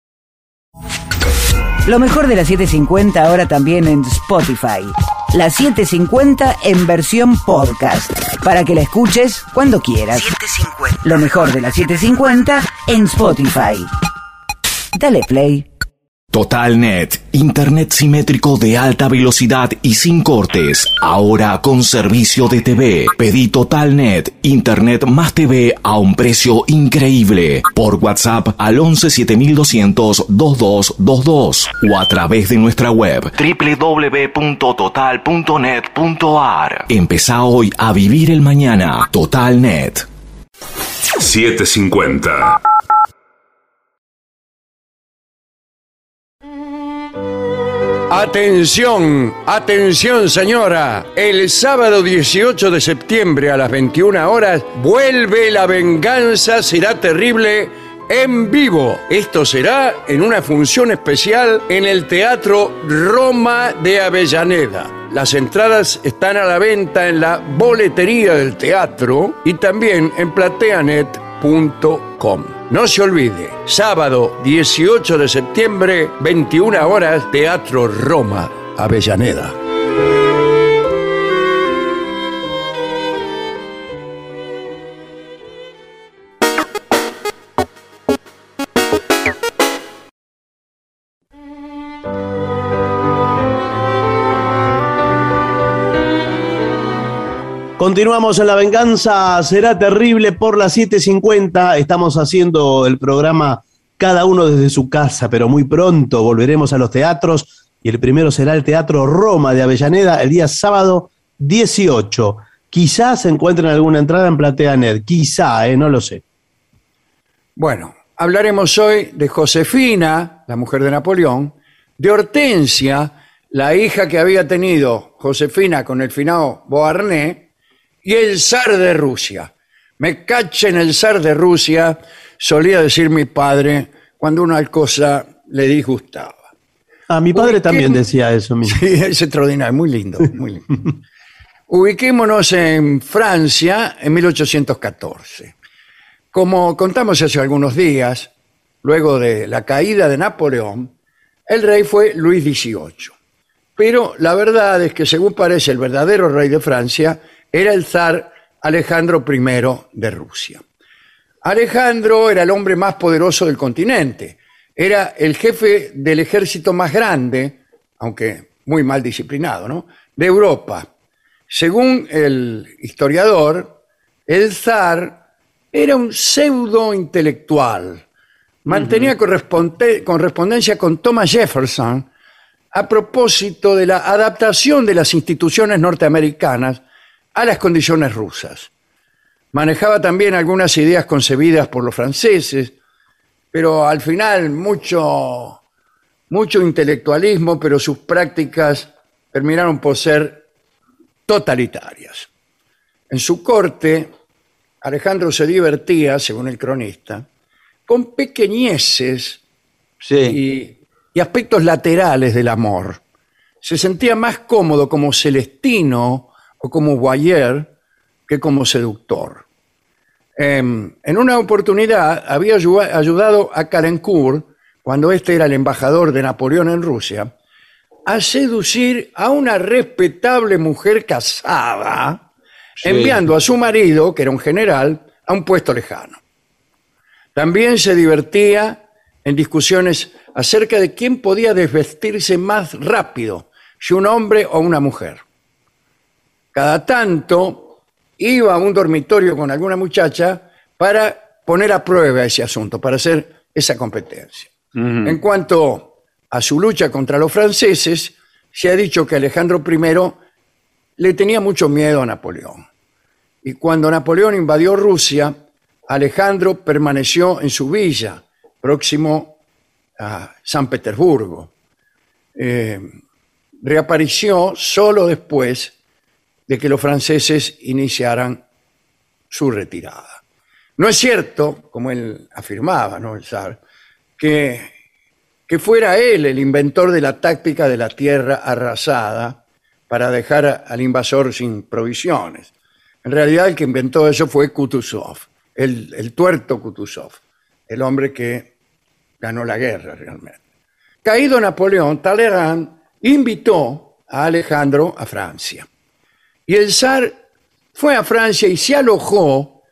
Lo mejor de la setecientos cincuenta ahora también en Spotify. La setecientos cincuenta en versión podcast, para que la escuches cuando quieras. setecientos cincuenta. Lo mejor de la setecientos cincuenta en Spotify. Dale play. TotalNet, internet simétrico de alta velocidad y sin cortes, ahora con servicio de T V. Pedí TotalNet, internet más T V a un precio increíble. Por WhatsApp al once siete mil doscientos veintidós veintidós o a través de nuestra web doble u doble u doble u punto total punto net punto a r. Empezá hoy a vivir el mañana. TotalNet. setecientos cincuenta. Atención, atención señora. El sábado dieciocho de septiembre a las veintiuna horas vuelve La Venganza Será Terrible en vivo. Esto será en una función especial en el Teatro Roma de Avellaneda. Las entradas están a la venta en la boletería del teatro y también en plateanet punto com. No se olvide, sábado dieciocho de septiembre, veintiuna horas, Teatro Roma, Avellaneda. Continuamos en La Venganza Será Terrible por las siete cincuenta. Estamos haciendo el programa cada uno desde su casa, pero muy pronto volveremos a los teatros y el primero será el Teatro Roma de Avellaneda el día sábado dieciocho. Quizás se encuentren alguna entrada en PlateaNet, quizá, eh, no lo sé. Bueno, hablaremos hoy de Josefina, la mujer de Napoleón, de Hortensia, la hija que había tenido Josefina con el finado Beauharnais, y el zar de Rusia. Me cachen el zar de Rusia, solía decir mi padre cuando una cosa le disgustaba. Ah, mi padre Ubiquemos- también decía eso mismo. Sí, es extraordinario, muy lindo, muy lindo. Ubiquémonos en Francia en mil ochocientos catorce. Como contamos hace algunos días, luego de la caída de Napoleón, el rey fue Luis dieciocho. Pero la verdad es que, según parece, el verdadero rey de Francia era el zar Alejandro primero de Rusia. Alejandro era el hombre más poderoso del continente. Era el jefe del ejército más grande, aunque muy mal disciplinado, ¿no?, de Europa. Según el historiador, el zar era un pseudo intelectual. Mantenía corresponde- correspondencia con Thomas Jefferson a propósito de la adaptación de las instituciones norteamericanas a las condiciones rusas. Manejaba también algunas ideas concebidas por los franceses, pero al final mucho, mucho intelectualismo, pero sus prácticas terminaron por ser totalitarias. En su corte, Alejandro se divertía, según el cronista, con pequeñeces Sí. y, y aspectos laterales del amor. Se sentía más cómodo como Celestino o como voyeur que como seductor. Eh, en una oportunidad había ayu- ayudado a Carencourt, cuando este era el embajador de Napoleón en Rusia, a seducir a una respetable mujer casada, Sí. enviando a su marido, que era un general, a un puesto lejano. También se divertía en discusiones acerca de quién podía desvestirse más rápido, si un hombre o una mujer. Cada tanto iba a un dormitorio con alguna muchacha para poner a prueba ese asunto, para hacer esa competencia. Ujú. En cuanto a su lucha contra los franceses, se ha dicho que Alejandro primero le tenía mucho miedo a Napoleón. Y cuando Napoleón invadió Rusia, Alejandro permaneció en su villa, próximo a San Petersburgo. Eh, reapareció solo después de que los franceses iniciaran su retirada. No es cierto, como él afirmaba, ¿no? El zar, que, que fuera él el inventor de la táctica de la tierra arrasada para dejar a- al invasor sin provisiones. En realidad el que inventó eso fue Kutuzov, el, el tuerto Kutuzov, el hombre que ganó la guerra realmente. Caído Napoleón, Talleyrand invitó a Alejandro a Francia. Y el zar fue a Francia y se alojó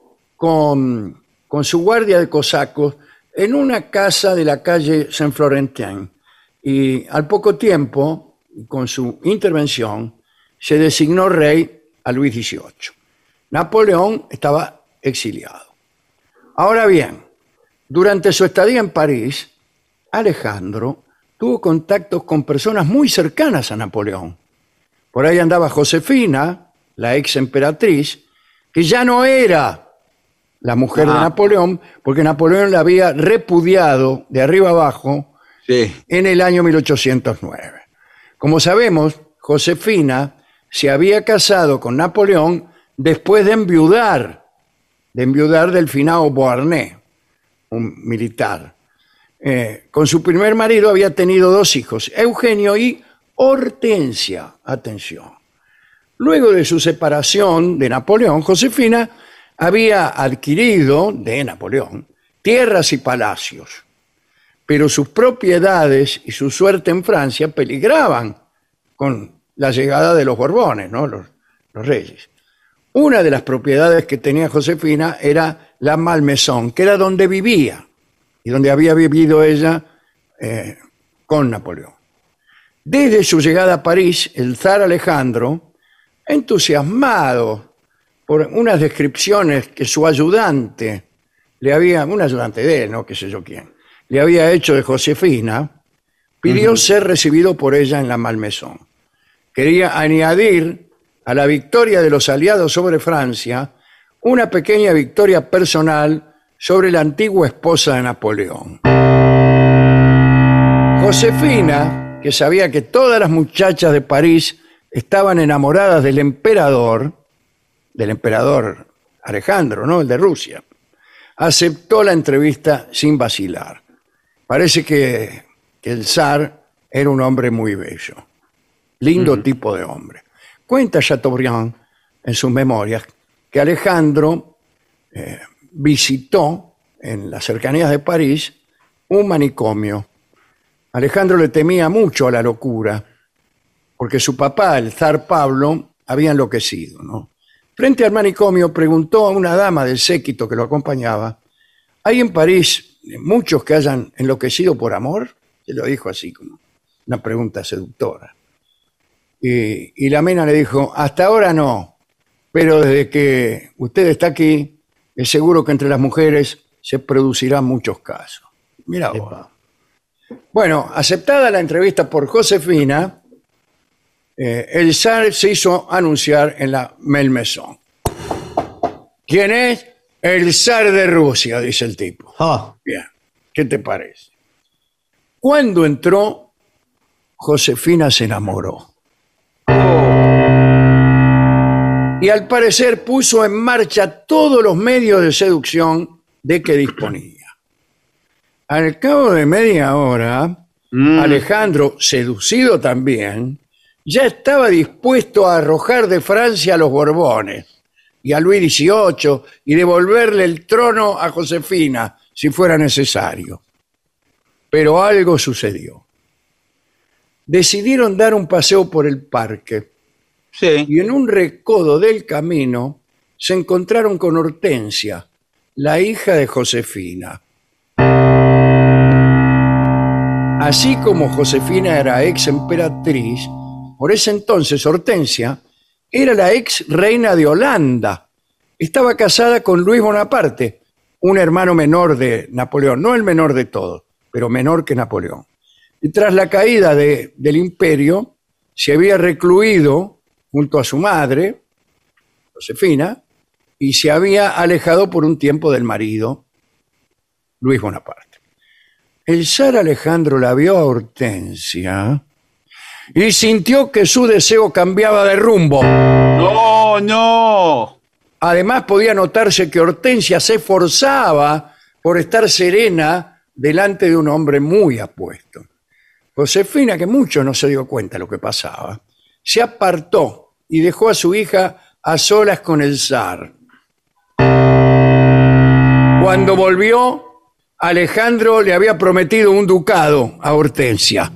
con, con su guardia de cosacos en una casa de la calle Saint-Florentin. Y al poco tiempo, con su intervención, se designó rey a Luis dieciocho. Napoleón estaba exiliado. Ahora bien, durante su estadía en París, Alejandro tuvo contactos con personas muy cercanas a Napoleón. Por ahí andaba Josefina, la ex emperatriz, que ya no era la mujer de Ah. Napoleón, porque Napoleón la había repudiado de arriba abajo Sí. en el año mil ochocientos nueve. Como sabemos, Josefina se había casado con Napoleón después de enviudar, de enviudar del finado Beauharnais, un militar. Eh, con su primer marido había tenido dos hijos, Eugenio y Hortensia. Atención. Luego de su separación de Napoleón, Josefina había adquirido de Napoleón tierras y palacios, pero sus propiedades y su suerte en Francia peligraban con la llegada de los Borbones, ¿no? los, los reyes. Una de las propiedades que tenía Josefina era la Malmaison, que era donde vivía y donde había vivido ella eh, con Napoleón. Desde su llegada a París, el zar Alejandro, entusiasmado por unas descripciones que su ayudante le había, un ayudante de él, no qué sé yo quién, le había hecho de Josefina, pidió uh-huh. ser recibido por ella en la Malmaison. Quería añadir a la victoria de los aliados sobre Francia una pequeña victoria personal sobre la antigua esposa de Napoleón. Josefina, que sabía que todas las muchachas de París estaban enamoradas del emperador, del emperador Alejandro, ¿no? El de Rusia, aceptó la entrevista sin vacilar. Parece que, que el zar era un hombre muy bello, lindo uh-huh. tipo de hombre. Cuenta Chateaubriand en sus memorias que Alejandro eh, visitó en las cercanías de París un manicomio. Alejandro le temía mucho a la locura, porque su papá, el zar Pablo, había enloquecido, ¿no? Frente al manicomio preguntó a una dama del séquito que lo acompañaba: ¿hay en París muchos que hayan enloquecido por amor? Se lo dijo así, como una pregunta seductora. Y, y la mena le dijo: hasta ahora no, pero desde que usted está aquí, es seguro que entre las mujeres se producirán muchos casos. Mira vos. Bueno, aceptada la entrevista por Josefina, eh, el zar se hizo anunciar en la Malmaison. ¿Quién es? El zar de Rusia, dice el tipo. Oh. Bien, ¿qué te parece? Cuando entró, Josefina se enamoró. Y al parecer puso en marcha todos los medios de seducción de que disponía. Al cabo de media hora, mm. Alejandro, seducido también, ya estaba dispuesto a arrojar de Francia a los Borbones y a Luis dieciocho y devolverle el trono a Josefina si fuera necesario. Pero algo sucedió. Decidieron dar un paseo por el parque. Sí. Y en un recodo del camino se encontraron con Hortensia, la hija de Josefina. Así como Josefina era ex emperatriz, por ese entonces Hortensia era la ex reina de Holanda. Estaba casada con Luis Bonaparte, un hermano menor de Napoleón, no el menor de todos, pero menor que Napoleón. Y tras la caída de, del imperio, se había recluido junto a su madre, Josefina, y se había alejado por un tiempo del marido, Luis Bonaparte. El zar Alejandro la vio a Hortensia y sintió que su deseo cambiaba de rumbo. ¡No, no! Además, podía notarse que Hortensia se esforzaba por estar serena delante de un hombre muy apuesto. Josefina, que mucho no se dio cuenta de lo que pasaba, se apartó y dejó a su hija a solas con el zar. Cuando volvió, Alejandro le había prometido un ducado a Hortensia.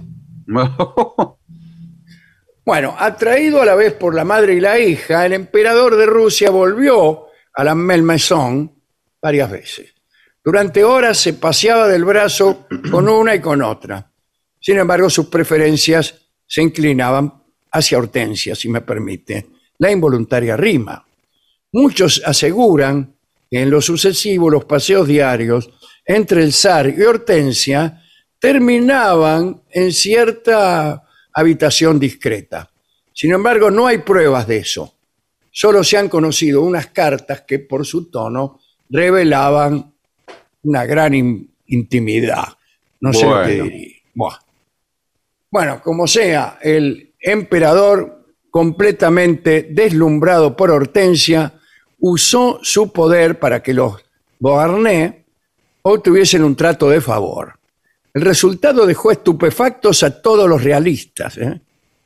Bueno, atraído a la vez por la madre y la hija, el emperador de Rusia volvió a la Malmaison varias veces. Durante horas se paseaba del brazo con una y con otra. Sin embargo, sus preferencias se inclinaban hacia Hortensia, si me permite, la involuntaria rima. Muchos aseguran que en lo sucesivo los paseos diarios entre el zar y Hortensia terminaban en cierta habitación discreta. Sin embargo, no hay pruebas de eso. Solo se han conocido unas cartas que por su tono revelaban una gran in- intimidad. No sé Bueno. lo que diría. Buah. Bueno, como sea, el emperador, completamente deslumbrado por Hortensia, usó su poder para que los Beauharnais obtuviesen un trato de favor. El resultado dejó estupefactos a todos los realistas, ¿eh?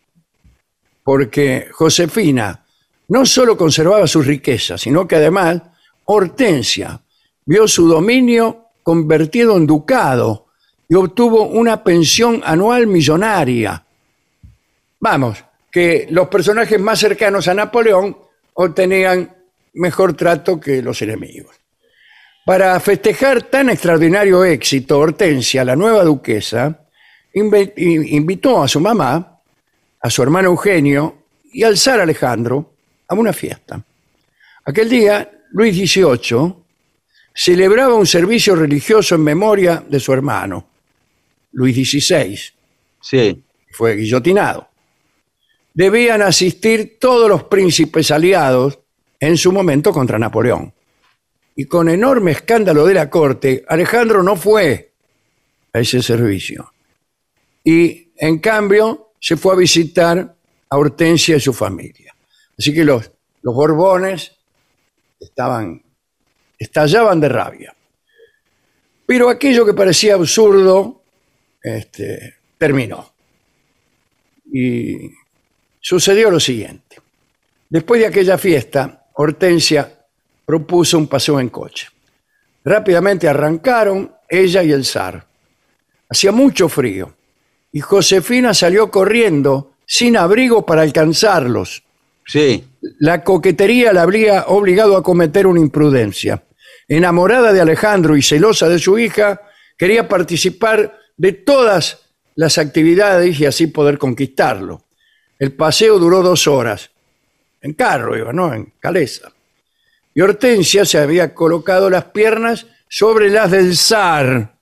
Porque Josefina no solo conservaba sus riquezas, sino que además Hortensia vio su dominio convertido en ducado y obtuvo una pensión anual millonaria. Vamos, que los personajes más cercanos a Napoleón obtenían mejor trato que los enemigos. Para festejar tan extraordinario éxito, Hortensia, la nueva duquesa, invitó a su mamá, a su hermano Eugenio y al zar Alejandro a una fiesta. Aquel día, Luis dieciocho celebraba un servicio religioso en memoria de su hermano, Luis dieciséis. Sí. Fue guillotinado. Debían asistir todos los príncipes aliados en su momento contra Napoleón. Y con enorme escándalo de la corte, Alejandro no fue a ese servicio. Y, en cambio, se fue a visitar a Hortensia y su familia. Así que los, los Borbones estaban, estallaban de rabia. Pero aquello que parecía absurdo este, terminó. Y sucedió lo siguiente. Después de aquella fiesta, Hortensia propuso un paseo en coche. Rápidamente arrancaron ella y el zar. Hacía mucho frío y Josefina salió corriendo sin abrigo para alcanzarlos. Sí. La coquetería la habría obligado a cometer una imprudencia. Enamorada de Alejandro y celosa de su hija, quería participar de todas las actividades y así poder conquistarlo. El paseo duró dos horas. En carro iba, ¿no? En calesa. Y Hortensia se había colocado las piernas sobre las del zar.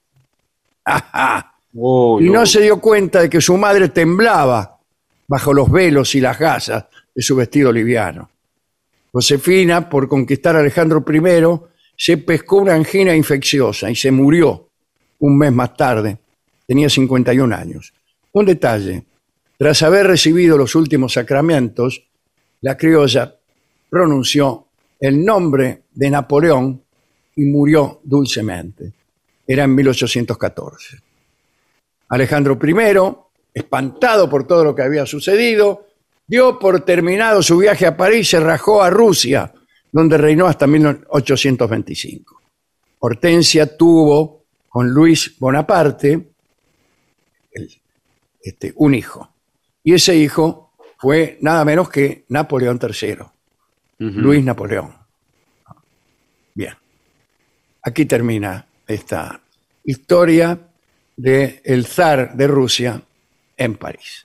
Oh, y no, no se dio cuenta de que su madre temblaba bajo los velos y las gasas de su vestido liviano. Josefina, por conquistar a Alejandro primero, se pescó una angina infecciosa y se murió un mes más tarde. Tenía cincuenta y un años. Un detalle. Tras haber recibido los últimos sacramentos, la criolla pronunció el nombre de Napoleón y murió dulcemente. era en mil ochocientos catorce. Alejandro primero, espantado por todo lo que había sucedido, dio por terminado su viaje a París y se rajó a Rusia, donde reinó hasta mil ochocientos veinticinco. Hortensia tuvo con Luis Bonaparte el, este, un hijo, y ese hijo fue nada menos que Napoleón tercero, uh-huh. Luis Napoleón. Bien, aquí termina esta historia del zar de Rusia en París.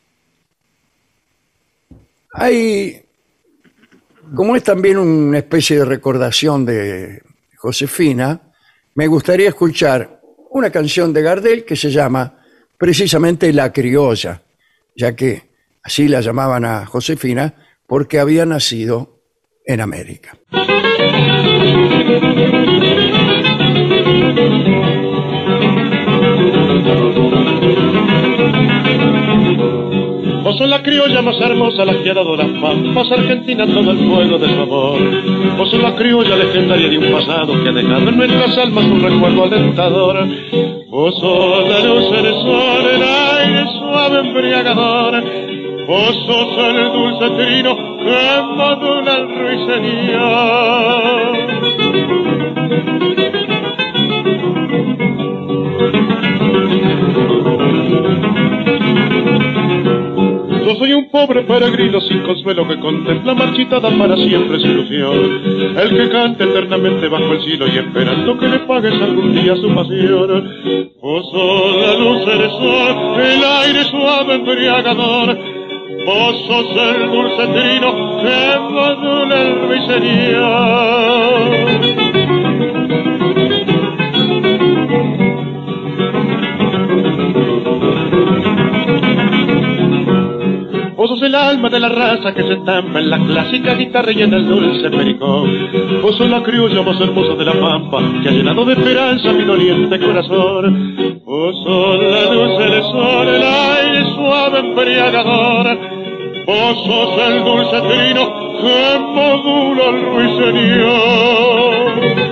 Hay, como es también una especie de recordación de Josefina, me gustaría escuchar una canción de Gardel que se llama precisamente La Criolla, ya que así la llamaban a Josefina porque había nacido en América. Vos sos la criolla más hermosa, la que ha dado las pampas argentina todo el fuego de su amor. Vos sos la criolla legendaria de un pasado que ha dejado en nuestras almas un recuerdo alentador. Vos sos la luz en el sol, el aire suave embriagador. Vos sos el dulce trino que modula el ruiseñor. Yo soy un pobre peregrino sin consuelo que contempla marchitada para siempre su ilusión. El que canta eternamente bajo el cielo y esperando que le pagues algún día su pasión. Vos sos la luz del sol, el aire suave embriagador. Vos sos el dulce trino que modula el ruiseñor. Vos sos el alma de la raza que se estampa en la clásica guitarra y en el dulce pericón. Vos sos la criolla más hermosa de la pampa que ha llenado de esperanza mi doliente corazón. Vos sos la luz del sol, el aire suave embriagador. Vos sos el dulce trino que modula el ruiseñor.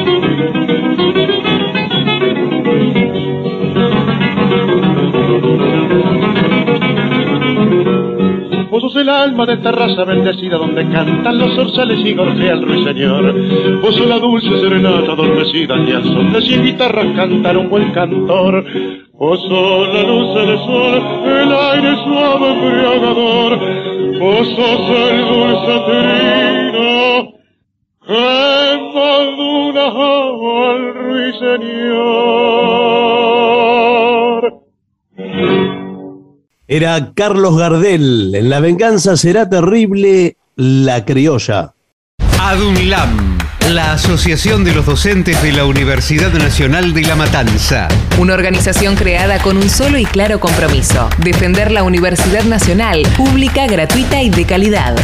Vos sos el alma de esta raza bendecida donde cantan los zorzales y gorjea el ruiseñor. Vos sos la dulce serenata adormecida y al son de cien guitarras cantar un buen cantor. Vos sos la luz del sol, el aire suave embriagador. Vos sos el dulce trino que modula al ruiseñor. Era Carlos Gardel, en La venganza será terrible, La criolla. ADUNLAM, la Asociación de los Docentes de la Universidad Nacional de La Matanza. Una organización creada con un solo y claro compromiso: defender la Universidad Nacional, pública, gratuita y de calidad.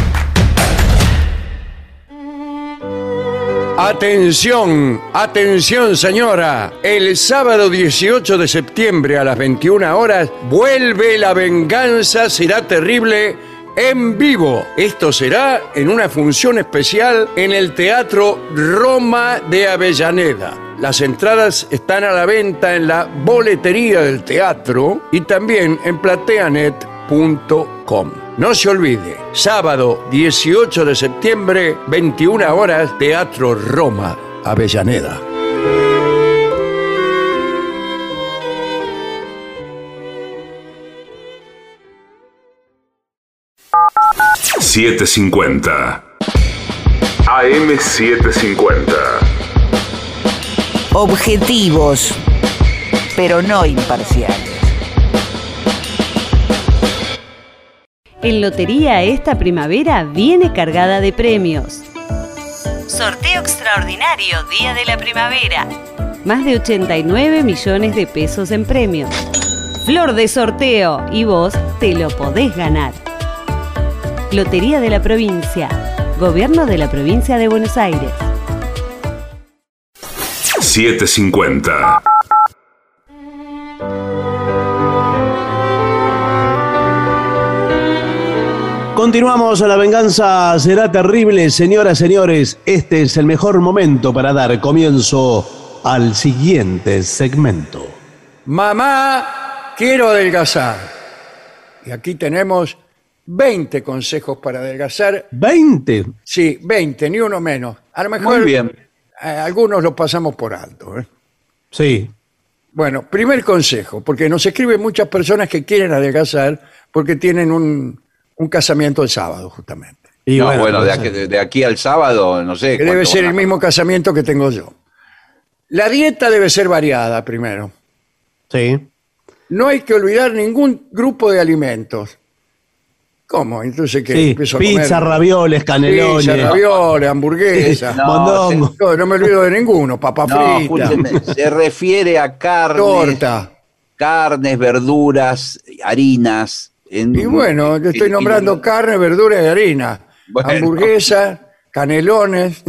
Atención, atención señora, el sábado dieciocho de septiembre a las veintiuna horas vuelve La venganza será terrible en vivo. Esto será en una función especial en el Teatro Roma de Avellaneda. Las entradas están a la venta en la boletería del teatro y también en plateanet punto com. No se olvide, sábado dieciocho de septiembre, veintiuna horas, Teatro Roma, Avellaneda. setecientos cincuenta. A M setecientos cincuenta. Objetivos, pero no imparciales. En Lotería esta primavera viene cargada de premios. Sorteo extraordinario Día de la Primavera. Más de ochenta y nueve millones de pesos en premios. Flor de sorteo y vos te lo podés ganar. Lotería de la Provincia. Gobierno de la Provincia de Buenos Aires. setecientos cincuenta. Continuamos a La venganza será terrible, señoras, señores. Este es el mejor momento para dar comienzo al siguiente segmento. Mamá, quiero adelgazar. Y aquí tenemos veinte consejos para adelgazar. ¿veinte? Sí, veinte, ni uno menos. A lo mejor Muy bien. eh, algunos los pasamos por alto. ¿eh? Sí. Bueno, primer consejo, porque nos escriben muchas personas que quieren adelgazar porque tienen un, un casamiento el sábado, justamente. Y No, bueno, bueno, de, pues, aquí, de- de aquí al sábado, no sé. Que debe cuánto ser van el a- mismo casamiento que tengo yo. La dieta debe ser variada, primero. sí. No hay que olvidar ningún grupo de alimentos. ¿Cómo? Entonces, ¿qué? Sí, Empiezo a pizza, comer ravioles, canelones. Pizza, ravioles, hamburguesa. No, mondongo. No, no me olvido de ninguno. Papa No, frita, escúcheme, se refiere a carnes, torta. carnes, verduras, harinas. en- Y bueno, te estoy en- nombrando en- carne, verdura y harina. Bueno. Hamburguesa, canelones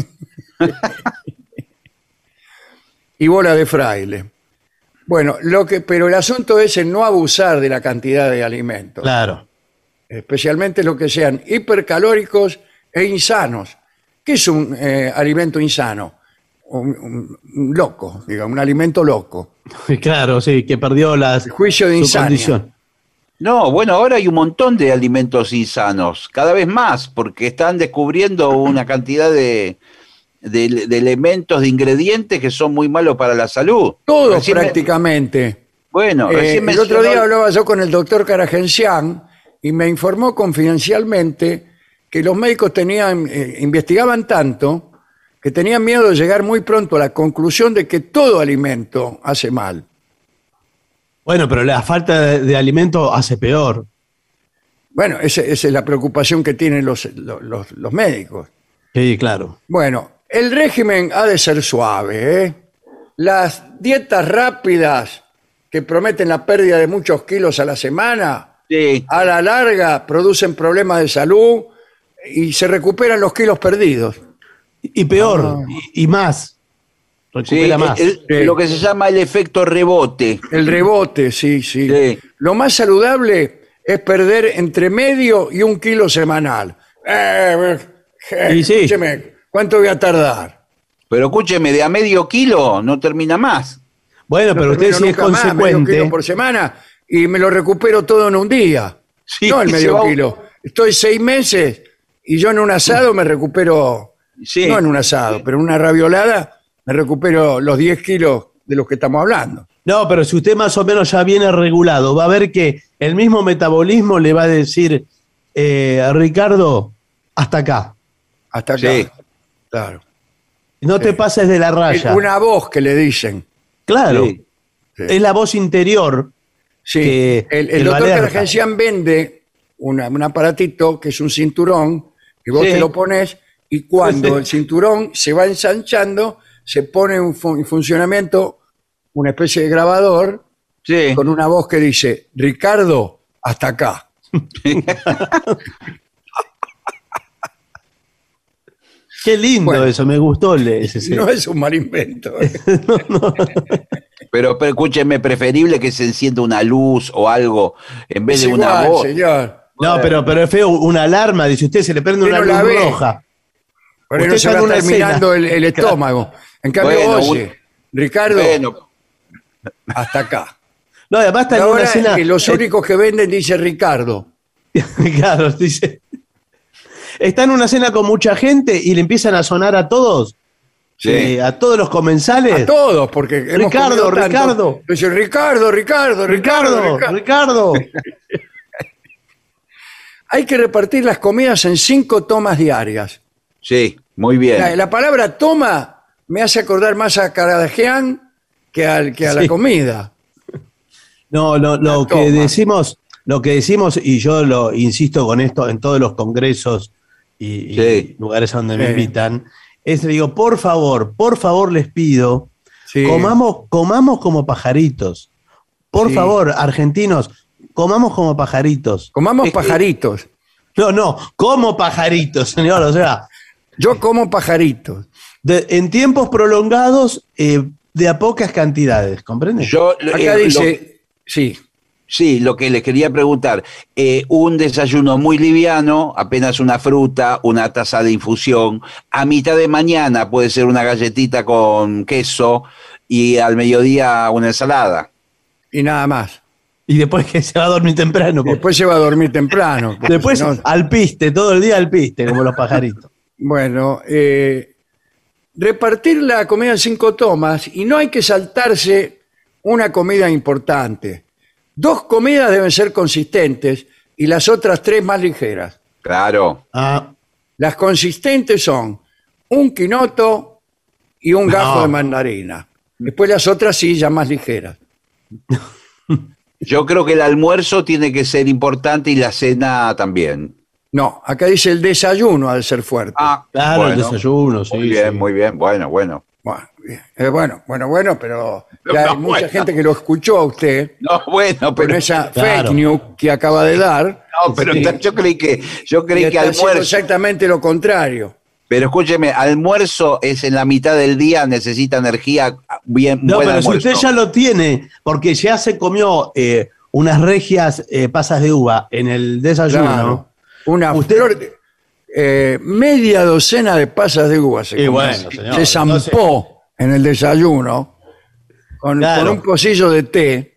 y bola de fraile. Bueno, lo que, pero el asunto es el no abusar de la cantidad de alimentos. Claro. Especialmente los que sean hipercalóricos e insanos. ¿Qué es un eh, alimento insano? Un, un- un loco, digamos, un alimento loco. Claro, sí, que perdió las, El juicio de su insania. condición. No, bueno, ahora hay un montón de alimentos insanos, cada vez más, porque están descubriendo una cantidad de, de- de elementos, de ingredientes que son muy malos para la salud. Todos Recién me- prácticamente. bueno, Eh, recién el otro mencionó- día hablaba yo con el doctor Karagencián y me informó confidencialmente que los médicos tenían, eh, investigaban tanto que tenían miedo de llegar muy pronto a la conclusión de que todo alimento hace mal. Bueno, pero la falta de, de alimento hace peor. Bueno, ese- esa es la preocupación que tienen los, los, los- los médicos. Sí, claro. Bueno, el régimen ha de ser suave, ¿eh? Las dietas rápidas que prometen la pérdida de muchos kilos a la semana, Sí. a la larga producen problemas de salud y se recuperan los kilos perdidos. Y peor, Ah. y, y más. Sí, Recupera más. el- Sí. lo que se llama el efecto rebote. El rebote, sí, sí, Sí. Lo más saludable es perder entre medio y un kilo semanal. Eh, eh, Y sí. escúcheme, ¿cuánto voy a tardar? Pero escúcheme, de a medio kilo no termina más. Bueno, pero No usted termino sí es nunca más, medio consecuente. kilo por semana y me lo recupero todo en un día. Sí, no el se medio va- kilo. Estoy seis meses y yo en un asado me recupero, Sí. no en un asado, pero en una raviolada me recupero los diez kilos de los que estamos hablando. No, pero si usted más o menos ya viene regulado, va a ver que el mismo metabolismo le va a decir, eh, Ricardo, hasta acá. Hasta acá. Sí. Claro. No te pases de la raya. Una voz que le dicen. Claro. Sí. Sí. Es la voz interior. Sí, que- el, que el lo doctor alerta. Karagencián vende una- un aparatito que es un cinturón, que vos Sí. te lo pones y cuando el cinturón se va ensanchando, se pone en fu- en funcionamiento una especie de grabador Sí. con una voz que dice, Ricardo, hasta acá. Qué lindo Bueno. eso, me gustó el- ese. ese- No es un mal invento. ¿eh? Pero, pero escúcheme, preferible que se encienda una luz o algo en vez Es de una igual, voz. señor. No, pero, pero es feo, una alarma, dice usted, se le prende Usted una no la luz ve. roja. Por ahí Usted no se está en va una terminando el, escena. el estómago. En cambio, Bueno, oye, un- Ricardo, Bueno, hasta acá. No, además está Y en una ahora escena. que los únicos que venden dice Ricardo. Claro, dice. Está en una cena con mucha gente y le empiezan a sonar a todos. Sí. eh, a todos los comensales. A todos, porque hemos Ricardo, comido tanto. Ricardo. Dice Ricardo, Ricardo, Ricardo, Ricardo, Ricardo. Ricardo. Hay que repartir las comidas en cinco tomas diarias. sí, muy bien. La, la palabra toma me hace acordar más a Karagean que, al, que a la Sí. comida. No, lo, lo La que toma. decimos, lo que decimos, y yo lo insisto con esto en todos los congresos y, y Sí. lugares a donde me Sí. invitan, es le digo, por favor, por favor les pido, Sí. comamos, comamos como pajaritos. Por Sí. favor, argentinos, comamos como pajaritos. Comamos Es que- pajaritos. No, no, como pajaritos, señor. O sea, Yo como pajaritos. de- en tiempos prolongados, eh, de a pocas cantidades, ¿comprende? Yo, Acá eh, dice, sí, Sí, lo que les quería preguntar, eh, un desayuno muy liviano, apenas una fruta, una taza de infusión, a mitad de mañana puede ser una galletita con queso y al mediodía una ensalada. Y nada más. Y después que se va a dormir temprano. Y después se va a dormir temprano. Después si no... al piste, todo el día al piste, como los pajaritos. Bueno, eh, repartir la comida en cinco tomas y no hay que saltarse una comida importante. Dos comidas deben ser consistentes y las otras tres más ligeras. Claro. Ah, Las consistentes son un quinoto y un gajo No. de mandarina. Después las otras sí, ya más ligeras. Yo creo que el almuerzo tiene que ser importante y la cena también. No, acá dice el desayuno ha de ser fuerte. Ah, claro, el bueno. desayuno, sí. Muy bien, sí. muy bien. Bueno, bueno. Bueno, bien. Eh, bueno, bueno, bueno, pero ya No, hay mucha bueno. gente que lo escuchó a usted No, bueno, con pero esa claro. fake news que acaba de dar. no, pero Sí. yo creí que yo Y creí que está haciendo almuerzo. exactamente lo contrario. Pero escúcheme, almuerzo es en la mitad del día, necesita energía, bien, No, buen pero almuerzo. si usted ya lo tiene, porque ya se comió eh, unas regias eh, pasas de uva en el desayuno. Claro. Una Usted- flor de- eh, media docena de pasas de uva se, Y comió. bueno, señor, se zampó entonces- en el desayuno con, Claro. con un pocillo de té.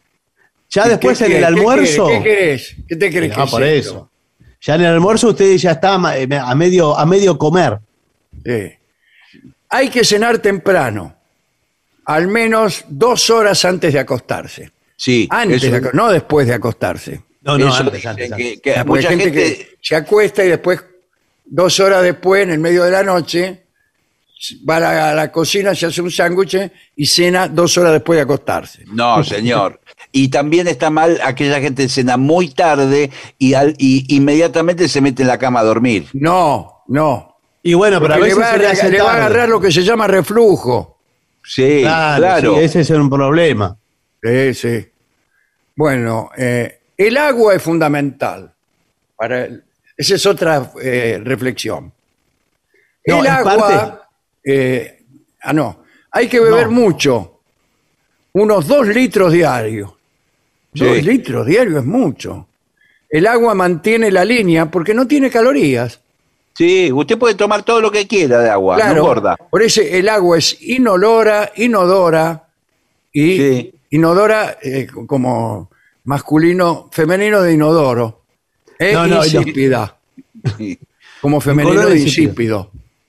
Ya ¿Qué- después qué en el querés? ¿Qué almuerzo. querés? ¿Qué querés? ¿Qué te crees No, que es por esto? eso. Ya en el almuerzo usted ya está ma- eh, a medio, a medio comer. Sí. Hay que cenar temprano, al menos dos horas antes de acostarse. Sí, Antes, eso- de aco- no después de acostarse. No, no, eso antes, dicen antes, que- antes. que Ah, porque mucha hay gente gente. que se acuesta y después, dos horas después, en el medio de la noche, va a la, a la cocina, se hace un sándwich y cena dos horas después de acostarse. No, señor. Y también está mal aquella gente que cena muy tarde y, al- y inmediatamente se mete en la cama a dormir. No, no. Y bueno, pero a Porque le veces va, se le hace le va a tarde. agarrar lo que se llama reflujo. Sí, Claro, claro. sí, ese es un problema. Sí, sí. Bueno, eh, el agua es fundamental. Para el- esa es otra eh, reflexión. No, el es agua... parte- eh, ah, no. Hay que beber No. mucho. Unos dos litros diarios. Sí. Dos litros diarios es mucho. El agua mantiene la línea porque no tiene calorías. Sí, usted puede tomar todo lo que quiera de agua, no engorda. por eso el agua es inolora, inodora y Sí. inodora eh, como masculino, femenino de inodoro. E No, no, no. insípida, Sí. como femenino color de insípido. insípido.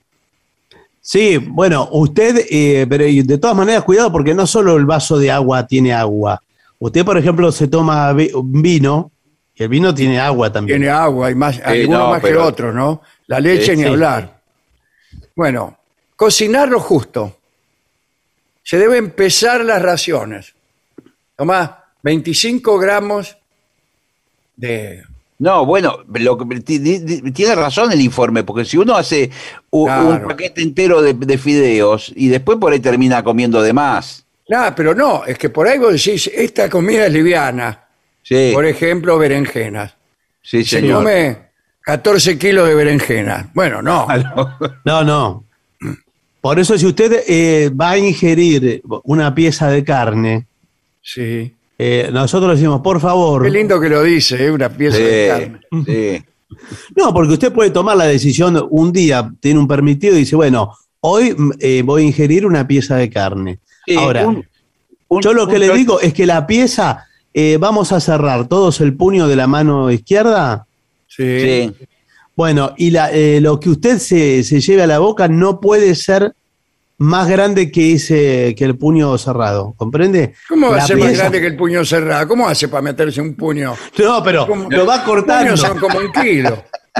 Sí, bueno, usted, eh, pero y de todas maneras, cuidado porque no solo el vaso de agua tiene agua. Usted, por ejemplo, se toma vi- vino y el vino tiene agua también. Tiene agua, y más, algunos no, más que pero- otros, ¿no? La leche Sí, ni sí. hablar. Bueno, cocinar lo justo. Se deben pesar las raciones. Tomás veinticinco gramos de... No, bueno, lo que- ti- di- di- tiene razón el informe, porque si uno hace u- Claro. un paquete entero de, de fideos y después por ahí termina comiendo de más. No, pero no, es que por ahí vos decís, esta comida es liviana. Sí, Por ejemplo, berenjenas. sí, Se señor. come catorce kilos de berenjenas. Bueno, no. No, no. Por eso, si usted eh, va a ingerir una pieza de carne, Sí. eh, nosotros le decimos, por favor. Qué lindo que lo dice, ¿eh? Una pieza de carne. Sí, sí. No, porque usted puede tomar la decisión un día, tiene un permitido y dice, bueno, hoy mm, eh, voy a ingerir una pieza de carne. Sí, Ahora, un- un- yo lo que un le tro- digo es que la pieza, eh, vamos a cerrar todos el puño de la mano izquierda. Sí. Sí. Bueno, y la, eh, lo que usted se, se lleve a la boca no puede ser más grande que ese que el puño cerrado, ¿comprende? ¿Cómo va La a ser más pieza- grande que el puño cerrado? ¿Cómo hace para meterse un puño? No, pero ¿Cómo? lo va Los cortando. puños son como un kilo.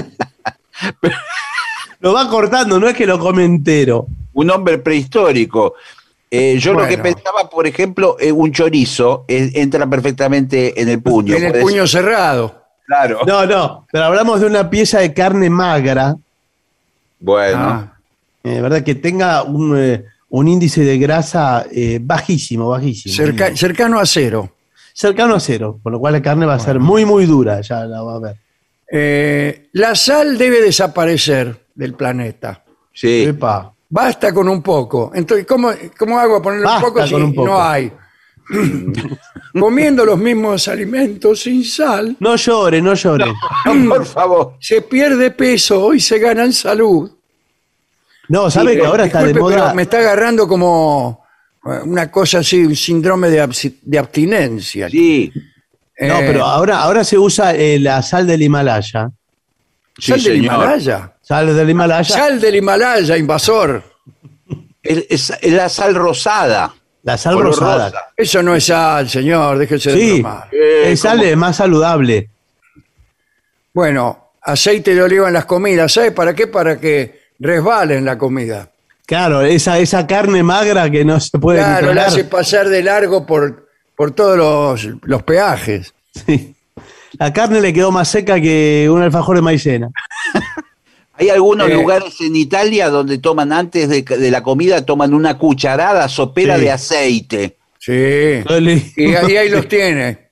Lo va cortando, no es que lo come entero. Un hombre prehistórico. Eh, yo lo que Bueno. pensaba, por ejemplo, eh, un chorizo eh, entra perfectamente en el puño. En el Podés- puño cerrado. Claro. No, no, pero hablamos de una pieza de carne magra, Bueno. Ah, eh, ¿verdad? Que tenga un, eh, un índice de grasa eh, bajísimo, bajísimo. cerca- cercano a cero. Cercano a cero, con lo cual la carne va a ser muy, muy dura, ya la va a ver. Eh, la sal debe desaparecer del planeta. Sí. Epa. Basta con un poco. Entonces, ¿cómo, cómo hago a ponerle un Basta poco si con un poco. no hay? Comiendo los mismos alimentos sin sal, No llore, no llore. No, por favor. se pierde peso y se gana en salud. No, ¿sabe Sí, que ahora está de disculpe, moda? pero me está agarrando como, una cosa así, un síndrome de, absi- de abstinencia. Sí. Eh, No, pero ahora, ahora se usa eh, la sal del Himalaya. ¿Sal Sí, del señor. Himalaya? Sal del Himalaya. Sal del Himalaya, invasor. Es, es- es la sal rosada. La sal Color rosada. rosa. Eso no es sal, señor, déjese de Sí, bromar. Eh, es sal ¿cómo? es más saludable. Bueno, aceite de oliva en las comidas, ¿sabe para qué? Para que resbale en la comida. Claro, esa, esa carne magra que no se puede Claro, le controlar. hace pasar de largo por, por todos los, los peajes. Sí. La carne le quedó más seca que un alfajor de maicena. Hay algunos Eh. lugares en Italia donde toman antes de, de la comida, toman una cucharada sopera Sí. de aceite. Sí. Oli- Y ahí, ahí los tiene.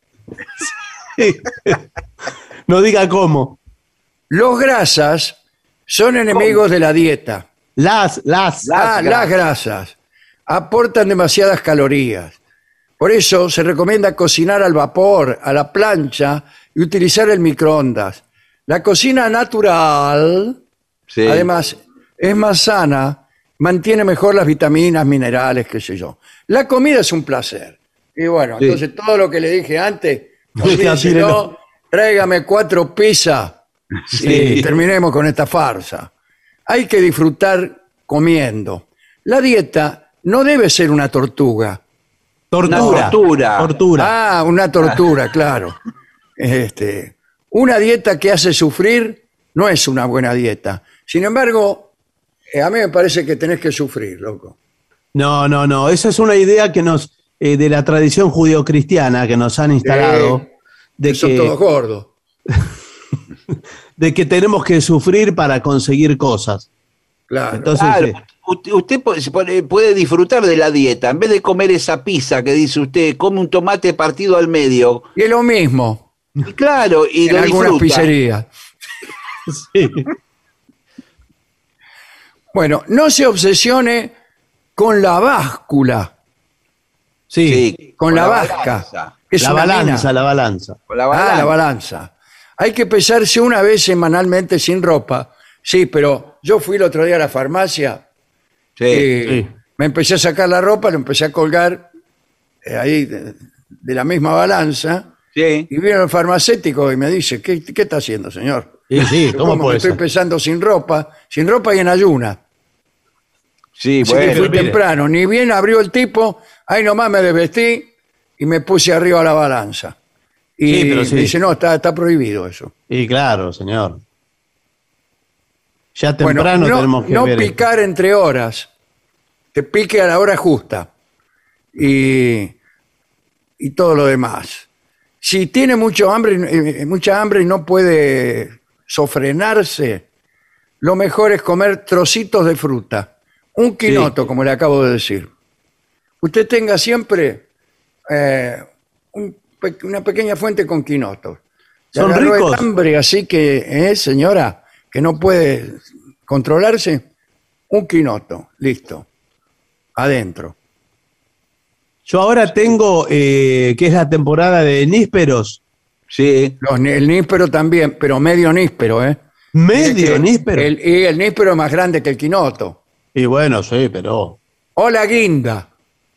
No diga cómo. Los grasas son enemigos de la dieta. Las, las. Ah, las grasas aportan demasiadas calorías. Por eso se recomienda cocinar al vapor, a la plancha y utilizar el microondas. La cocina natural, Sí. además, es más sana, mantiene mejor las vitaminas, minerales, qué sé yo. La comida es un placer. Y bueno, Sí. entonces todo lo que le dije antes, Tírelo. olvídeselo, tráigame cuatro pizzas y Sí. terminemos con esta farsa. Hay que disfrutar comiendo. La dieta no debe ser una tortuga. Tortura. Una tortura. Tortura. Ah, una tortura, claro. Este, una dieta que hace sufrir no es una buena dieta. Sin embargo, eh, a mí me parece que tenés que sufrir, loco. No, no, no. Esa es una idea que nos, eh, de la tradición judeocristiana que nos han instalado. Eh, de, Son que, todos gordos. de que tenemos que sufrir para conseguir cosas. Claro. Entonces, Claro, eh, usted, usted puede, se puede- puede disfrutar de la dieta. En vez de comer esa pizza que dice usted, come un tomate partido al medio. Y es lo mismo Y claro, y en lo algunas disfruta. pizzerías. sí. Bueno, no se obsesione con la báscula, Sí. Sí, con, la, balanza. vasca. Que es La una balanza, mina. la balanza. Con la Ah, balanza. la balanza. Hay que pesarse una vez semanalmente sin ropa. Sí, pero yo fui el otro día a la farmacia Sí. y sí. me empecé a sacar la ropa, lo empecé a colgar eh, ahí de, de la misma balanza Sí. y vino el farmacéutico y me dice, ¿qué, qué está haciendo, señor? Sí, sí, Yo, ¿cómo "¿Cómo puede me estoy ser? pesando sin ropa? Sin ropa y en ayuna. Sí, Así que bueno. fui mire. temprano. Ni bien abrió el tipo, ahí nomás me desvestí y me puse arriba a la balanza. Y Sí, pero sí. me dice, no, está, está prohibido eso. Y claro, señor. Ya Bueno, temprano no, tenemos que no ver. picar entre horas. Que pique a la hora justa. Y, y todo lo demás. Si tiene mucho hambre, eh, mucha hambre y no puede sofrenarse, lo mejor es comer trocitos de fruta. Un quinoto, como le acabo de decir. Usted tenga siempre eh, un pe- una pequeña fuente con quinotos. Le Son agarró el ricos. hambre, así que, eh, señora, que no puede controlarse, un quinoto, listo, adentro. Yo ahora tengo, eh, que es la temporada de nísperos. Sí. Los, ni- el níspero también, pero medio níspero, ¿eh? Medio Que níspero. El, y el níspero es más grande que el quinoto. Y bueno, sí, pero. O la guinda.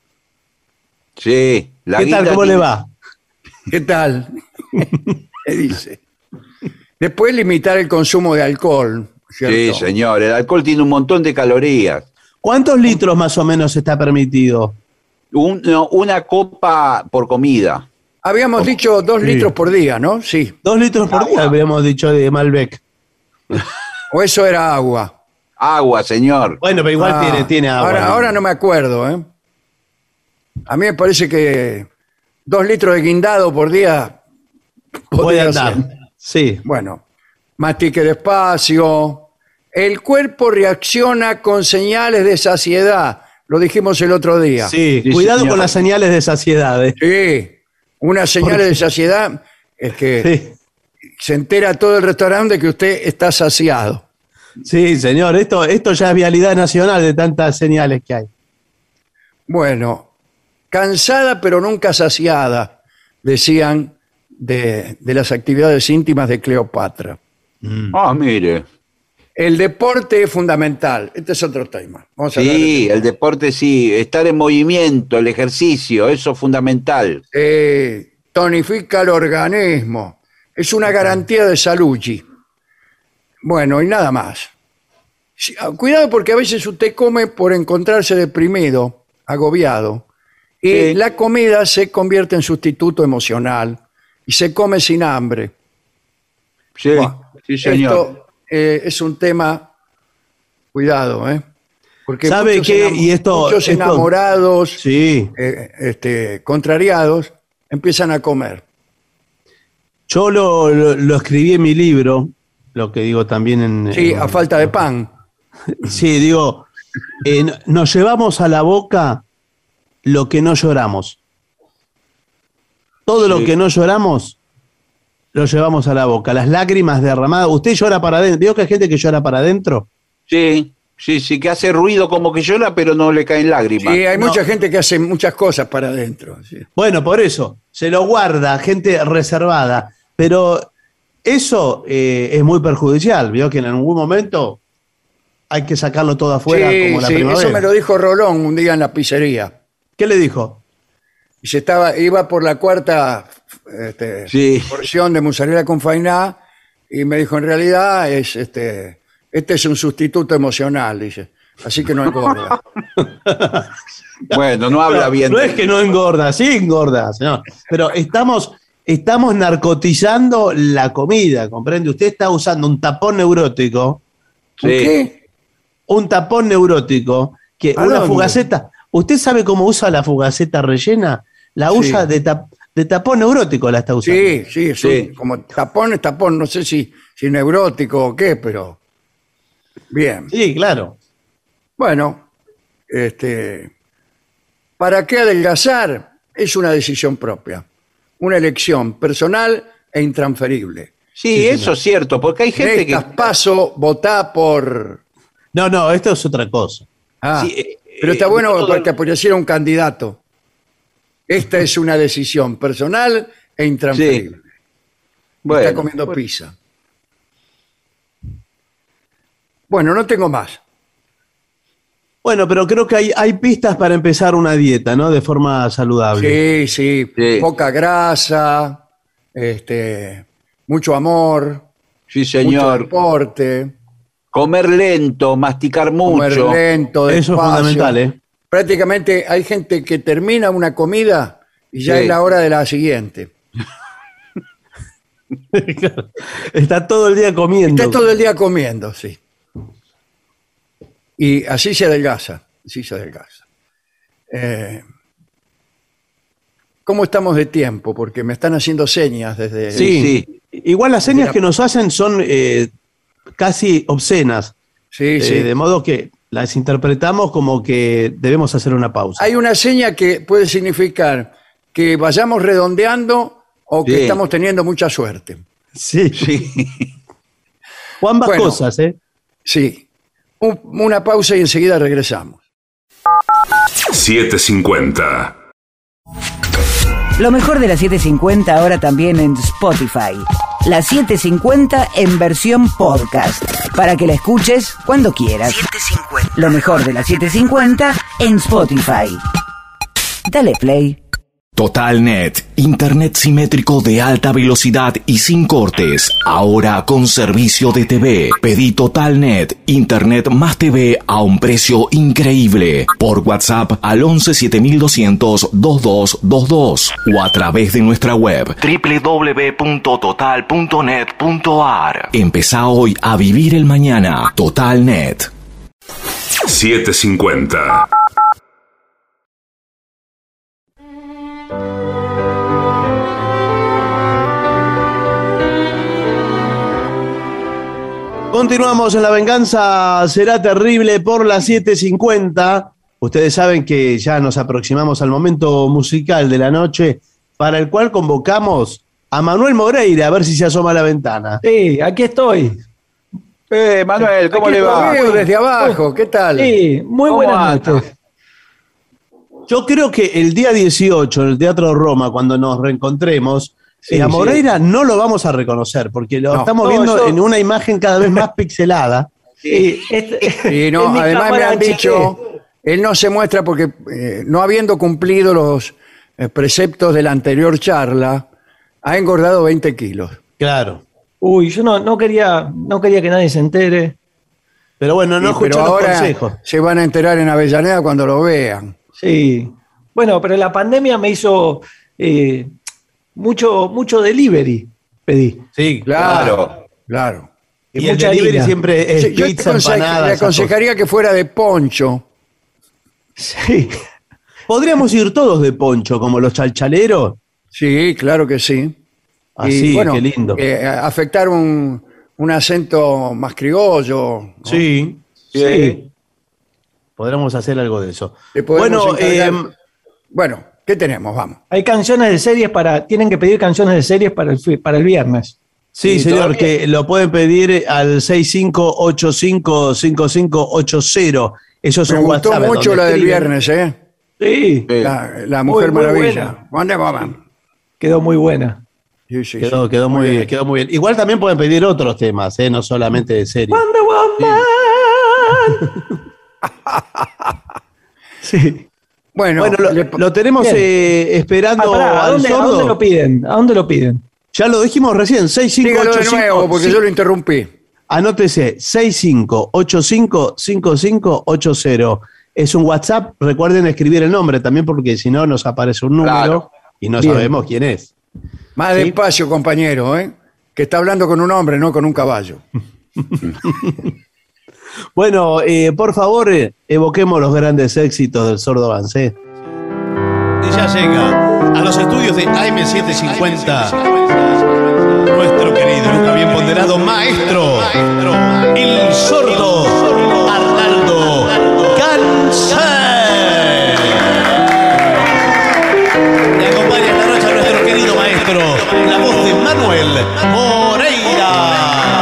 Sí. La ¿Qué tal? guinda ¿Cómo le tiene- va? ¿Qué tal? Le dice. Después limitar el consumo de alcohol, Sí, ¿cierto? señor. El alcohol tiene un montón de calorías. ¿Cuántos litros más o menos está permitido? Un- no, una copa por comida. Habíamos dicho dos Sí. litros por día, ¿no? Sí. Dos litros por día, habíamos dicho de Malbec. O eso era agua. Agua, señor. Bueno, pero igual Ah, tiene, tiene agua. Ahora, ahora no me acuerdo, ¿eh? A mí me parece que dos litros de guindado por día Puede podría andar. ser. Sí. Bueno, mastique despacio. El cuerpo reacciona con señales de saciedad. Lo dijimos el otro día. Sí, Sí, cuidado señor. con las señales de saciedad. eh. Sí. Una señal de saciedad es que Sí. se entera todo el restaurante de que usted está saciado. Sí, señor, esto, esto ya es vialidad nacional de tantas señales que hay. Bueno, cansada pero nunca saciada, decían de, de las actividades íntimas de Cleopatra. Ah, mire. El deporte es fundamental. Este es otro tema. Vamos a hablar Sí, de el deporte sí, estar en movimiento, el ejercicio, eso es fundamental. Eh, tonifica el organismo. Es una garantía de salud. G. Bueno, y nada más. Sí, ah, cuidado porque a veces usted come por encontrarse deprimido, agobiado, y Sí. la comida se convierte en sustituto emocional y se come sin hambre. Sí, Buah, sí, señor. Esto eh, es un tema, cuidado, ¿eh? Porque ¿Sabe muchos qué? enam- Y esto- muchos esto- enamorados, Sí. eh, este, contrariados, empiezan a comer. Yo lo, lo, lo escribí en mi libro, lo que digo también en... Sí, en- a falta de pan. Sí, digo, eh, no- nos llevamos a la boca lo que no lloramos. Todo Sí. lo que no lloramos, lo llevamos a la boca. Las lágrimas derramadas. ¿Usted llora para adentro? ¿Vio que hay gente que llora para adentro? Sí, sí, sí, que hace ruido como que llora, pero no le caen lágrimas. Sí, hay No. mucha gente que hace muchas cosas para adentro. Sí. Bueno, por eso, se lo guarda, gente reservada. Pero eso eh, es muy perjudicial. Vio que en algún momento hay que sacarlo todo afuera Sí, como la sí, primavera. eso me lo dijo Rolón un día en la pizzería. ¿Qué le dijo? Y se estaba, iba por la cuarta este, Sí. porción de mozzarella con fainá y me dijo, en realidad es este, este es un sustituto emocional, dice. Así que no engorda. Bueno, no habla No, bien. no es que no engorda, sí engorda, señor. Pero estamos, estamos narcotizando la comida, ¿comprende? Usted está usando un tapón neurótico, Sí. ¿Qué? un tapón neurótico, que ¿A una dónde? fugaceta. ¿Usted sabe cómo usa la fugaceta rellena? La Sí. usa de, tap- de tapón neurótico, la está usando. Sí, sí, es Sí. un- como tapón es tapón, no sé si, si neurótico o qué, pero bien. Sí, claro. Bueno, este, ¿para qué adelgazar? Es una decisión propia, una elección personal e intransferible. Sí, eso es cierto, porque hay gente que... Necesitas paso, votá por... No, no, esto es otra cosa. Ah, Sí, eh, pero está eh, bueno no todo- para que apareciera un candidato. Esta es una decisión personal e intransferible. Bueno, Está comiendo pizza. Bueno, no tengo más. Bueno, pero creo que hay, hay pistas para empezar una dieta, ¿no? De forma saludable. Sí, sí, Sí. poca grasa, este, mucho amor, sí, mucho señor. deporte, Comer lento, masticar comer mucho. lento, Eso es despacio. fundamental, ¿eh? Prácticamente hay gente que termina una comida y ya Sí. es la hora de la siguiente. Está todo el día comiendo. Está todo el día comiendo, sí. Y así se adelgaza, así se adelgaza. Eh, ¿Cómo estamos de tiempo? Porque me están haciendo señas desde... Sí, Sí. igual las señas la- que nos hacen son eh, casi obscenas, Sí, eh, sí. de modo que las interpretamos como que debemos hacer una pausa. Hay una seña que puede significar que vayamos redondeando o que Sí. estamos teniendo mucha suerte. Sí, Sí. o ambas Bueno. cosas, ¿eh? Sí. Un- una pausa y enseguida regresamos. setecientos cincuenta. Lo mejor de la setecientos cincuenta ahora también en Spotify. La setecientos cincuenta en versión podcast. Para que la escuches cuando quieras. Lo mejor de la setecientos cincuenta en Spotify. Dale play. TotalNet, internet simétrico de alta velocidad y sin cortes, ahora con servicio de T V. Pedí TotalNet, internet más T V a un precio increíble. Por WhatsApp al once siete mil doscientos veintidós veintidós o a través de nuestra web doble u doble u doble u punto total punto net punto a r. Empezá hoy a vivir el mañana. TotalNet. setecientos cincuenta. Continuamos en La Venganza Será Terrible por las siete cincuenta. Ustedes saben que ya nos aproximamos al momento musical de la noche, para el cual convocamos a Manuel Moreira, a ver si se asoma a la ventana. Sí, aquí estoy. Eh, Manuel, ¿cómo Aquí le va? lo veo desde abajo, ¿qué tal? Sí, muy ¿Cómo buenas anda? noches. Yo creo que el día dieciocho en el Teatro Roma, cuando nos reencontremos, Sí, eh, a sí. Moreira no lo vamos a reconocer, porque lo No. estamos No, viendo yo- en una imagen cada vez más pixelada. Sí, este- Y no, en mi además me cámara han chiqué. dicho, él no se muestra porque eh, no habiendo cumplido los eh, preceptos de la anterior charla, ha engordado veinte kilos. Claro. Uy, yo no, no quería, no quería que nadie se entere. Pero bueno, no Y- escucho pero los ahora consejos. se van a enterar en Avellaneda cuando lo vean. Sí. Bueno, pero la pandemia me hizo eh, mucho, mucho delivery, pedí. Sí, Claro, claro. Y, Y el mucha delivery harina. siempre es Sí, yo te pizza, aconse- empanadas. le esas aconsejaría que fuera de poncho. Sí. cosas. Podríamos ir todos de poncho, como los chalchaleros. Sí, claro que sí. Así, qué lindo. eh, afectar un, un acento más criollo. ¿no? Sí, sí. Podríamos hacer algo de eso. Le podemos Bueno, encargar- eh, bueno, ¿qué tenemos? Vamos. Hay canciones de series para. Tienen que pedir canciones de series para el, fi- para el viernes. sí, Y señor, todavía- que lo pueden pedir al seis cinco ocho cinco cinco cinco ocho cero. Eso es Me un gustó WhatsApp. mucho donde la del escriben. viernes, ¿eh? Sí. Sí. La, la Mujer Muy, muy Maravilla. buena. ¿Dónde vamos? Quedó muy buena. Sí, sí, Quedó, sí. quedó muy bien, quedó muy bien. Igual también pueden pedir otros temas, ¿eh? No solamente de serie. Wonder Woman. Sí. Bueno, Bueno, lo, le- lo tenemos Bien. eh, esperando Ah, pará, ¿a, al dónde, a sordo. dónde lo piden? ¿A dónde lo piden? Ya lo dijimos recién, seis cinco dígalo ocho de nuevo cinco. porque yo lo interrumpí. Anótese, seis cinco ocho cinco cinco cinco ocho cero. Es un WhatsApp, recuerden escribir el nombre también porque si no nos aparece un número Claro. y no Bien. sabemos quién es. Más Sí. despacio, compañero, ¿eh? Que está hablando con un hombre, no con un caballo. Bueno, eh, por favor, eh, evoquemos los grandes éxitos del sordo Gansé. Y ya llega a los estudios de A M setecientos cincuenta nuestro querido, nunca bien ponderado maestro, el sordo Arnaldo Gansé. Y acompaña esta noche a nuestro querido maestro, la voz de Manuel Moreira.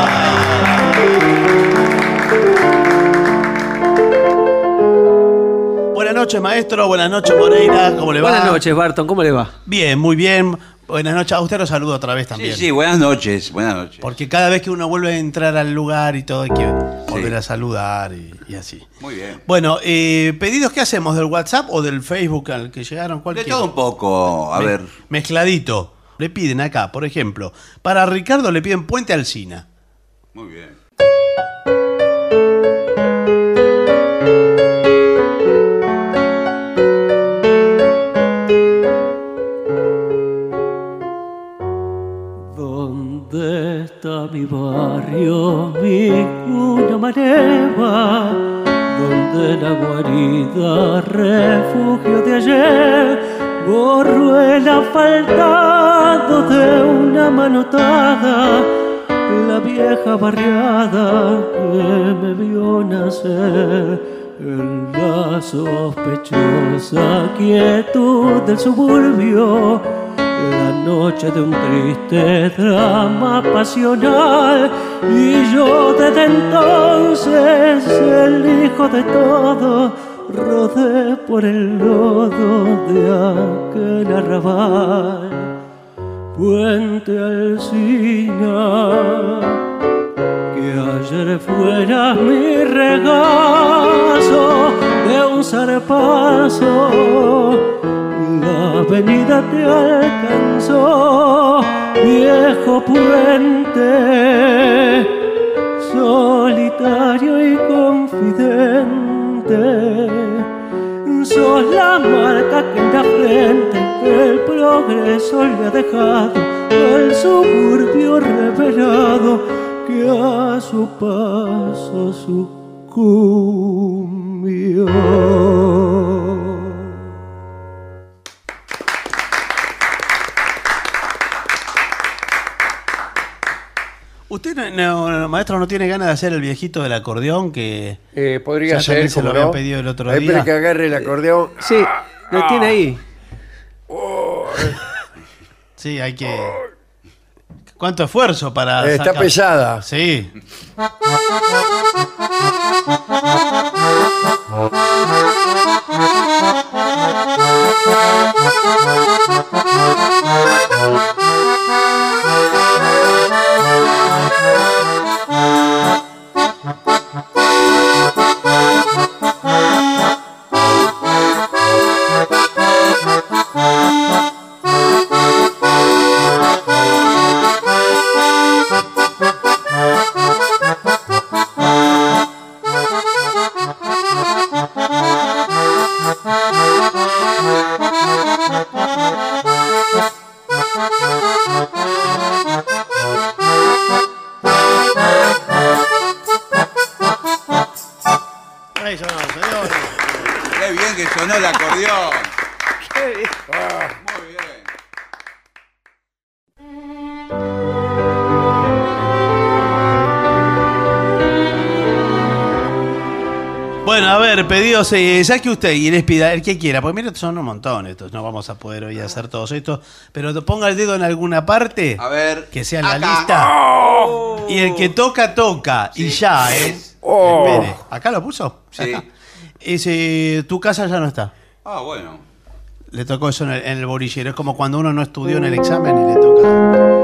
Buenas noches, maestro. Buenas noches, Moreira. ¿Cómo le va? Buenas noches, Barton. ¿Cómo le va? Bien, muy bien. Buenas noches. A usted lo saludo otra vez Sí, también. sí, buenas noches, buenas noches. Porque cada vez que uno vuelve a entrar al lugar y todo, hay que volver a saludar y, y así. Muy bien. Bueno, eh, ¿pedidos qué hacemos? ¿Del WhatsApp o del Facebook al que llegaron? De Cualquiera. todo un poco, a Me- ver. Mezcladito. Le piden acá, por ejemplo, para Ricardo le piden Puente Alsina. Muy bien. ¿Dónde está mi barrio, mi cuna maneva? Donde la guarida, refugio de ayer, borro el asfaltado de una manotada, la vieja barriada que me vio nacer en la sospechosa quietud del suburbio. La noche de un triste drama pasional y yo desde entonces el hijo de todo rodé por el lodo de aquel arrabal. Puente Alsina, que ayer fuera mi regazo de un zarpazo. La avenida te alcanzó, viejo puente, solitario y confidente. Sos la marca que en la frente el progreso le ha dejado al suburbio revelado que a su paso sucumbió. ¿Usted, no, no, no, maestro, no tiene ganas de hacer el viejito del acordeón que Eh, podría ya ser, también se lo ¿cómo habían no? pedido el otro Ahí día? espere que agarre el acordeón. Sí, lo tiene ahí. Sí, hay que... ¿Cuánto esfuerzo para Eh, está sacar? pesada. Sí. Qué bien que sonó el acordeón. Qué bien. Muy bien. Bueno, a ver, pedidos, eh, ya que usted y les pida el que quiera, porque mira, son un montón estos, no vamos a poder hoy hacer todos estos, pero ponga el dedo en alguna parte, a ver, que sea en la acá. lista, Oh. y el que toca, toca, sí. Y ya, ¿eh? Oh. Espere. ¿Acá lo puso? Sí. Ese, tu casa ya no está. Ah, bueno. Le tocó eso en el, en el bolillero, es como cuando uno no estudió en el examen y le toca...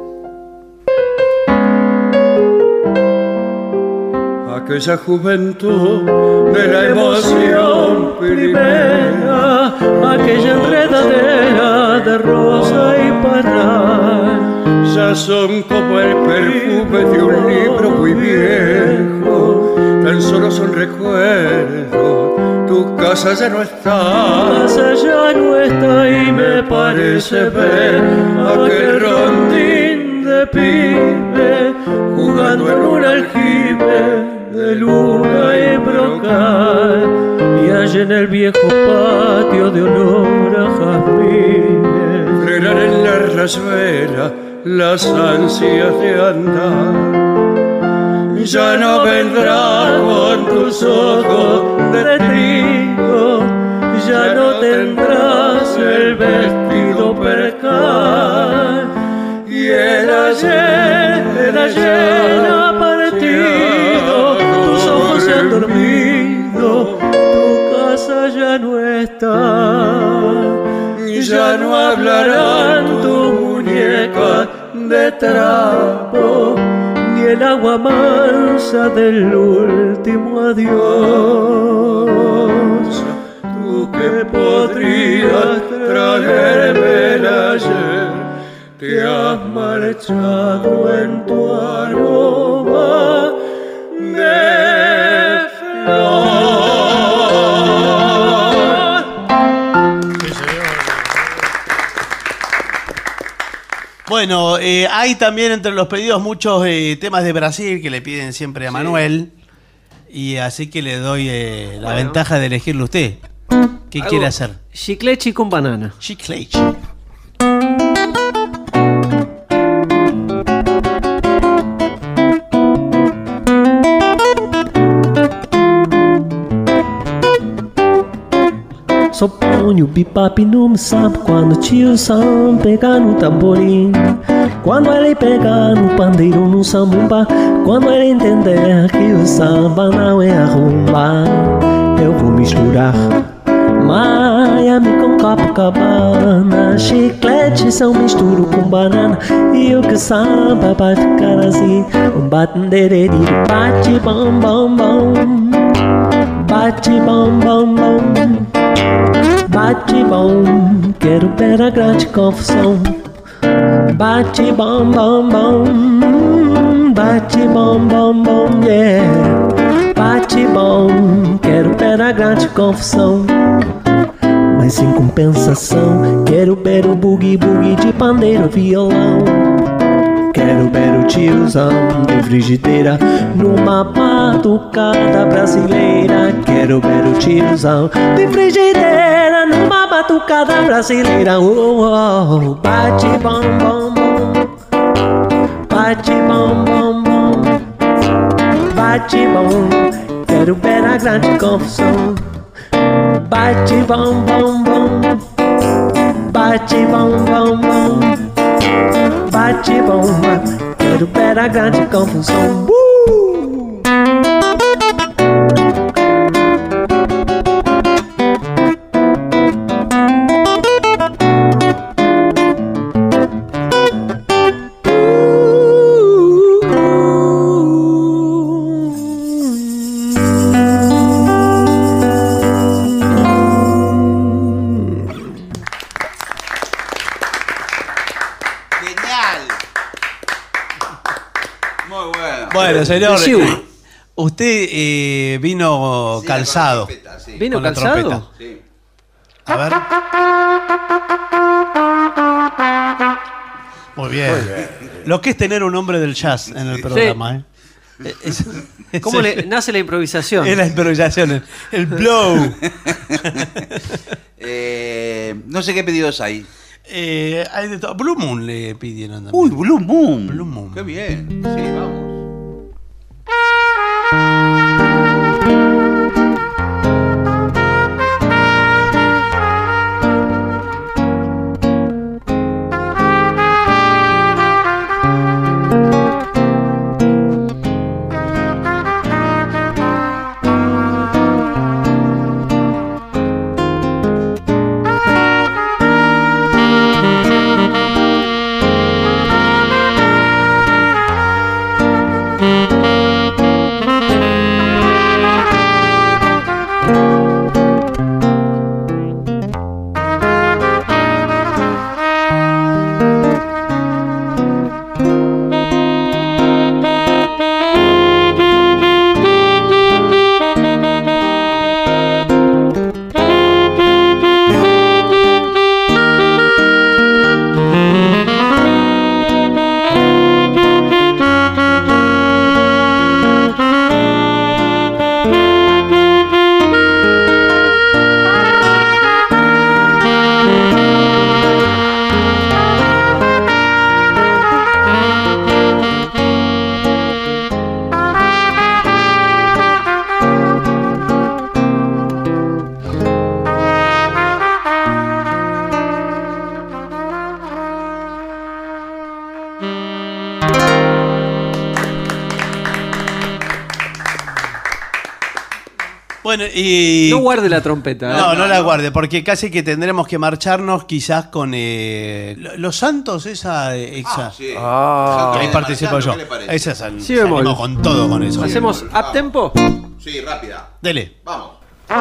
Aquella juventud de la emoción primera, aquella enredadera de rosa y parral, ya son como el perfume de un libro muy viejo, tan solo son recuerdos, tu casa ya no está. Tu casa ya no está y me parece ver aquel rondín de pibe jugando en un aljibe de luna y brocal, y allá en el viejo patio de olor a jazmines frenan en la rayuela las ansias de andar. Ya no vendrás con tus ojos de trigo, ya no tendrás el vestido percal, y el ayer, el ayer ha partido, tus ojos se han dormido, tu casa ya no está, y ya no hablarán tus muñecas de trapo, ni el agua mansa del último adiós. Tú que podrías traerme el ayer, te has marchado en tu aroma de flor. Bueno, eh, hay también entre los pedidos muchos eh, temas de Brasil que le piden siempre a Manuel. Y así que le doy eh, la bueno. ventaja de elegirlo usted. ¿Qué Algo quiere hacer? Chiclechi con banana. Chiclechi. Só põe o bipap no sapo quando o tio Sam pega no tamborim. Quando ele pega no pandeiro no sambumba, quando ele entender que o samba não é a rumba, eu vou misturar Miami com Copacabana, chiclete são misturo com banana, e o que samba bate cara assim, um batendereri, bate bom bom bom, bate bom bom bom, bate bom, quero pera grande confusão, bate bom bom bom, bate bom bom bom, yeah, bate bom, quero pera grande confusão. Mas em compensação, quero ver o boogie-boogie de pandeiro violão. Quero ver o tiozão de frigideira numa batucada brasileira. Quero ver o tiozão de frigideira numa batucada brasileira. Oh, oh, oh. Bate bom, bom, bom. Bate bom, bom, bom. Bate bom. Quero ver a grande confusão. Bate bom, bom, bom. Bate bom, bom, bom. Bate bom, quero ver a grande confusão. Uh! Bueno, señor, eh, usted eh, vino sí, calzado. Trompeta, sí. ¿Vino calzado? Sí. A ver. Muy bien. Muy bien. Lo que es tener un hombre del jazz en el programa, sí. ¿eh? Es, ¿Cómo le, nace la improvisación? Es la improvisación, el, el blow. eh, no sé qué pedidos hay. Eh, hay de todo. Blue Moon le pidieron también. Uy, Blue Moon. Blue Moon. Qué bien. Sí, vamos. Bueno, y... No guarde la trompeta. ¿eh? No, no la guarde, porque casi que tendremos que marcharnos quizás con eh, Los Santos, esa... esa. Ah, sí. Ah. Ahí participo yo. Esa sal, Sí, bemol. salimos con todo con eso. ¿Hacemos up tempo? Sí, rápida. Dele. Vamos.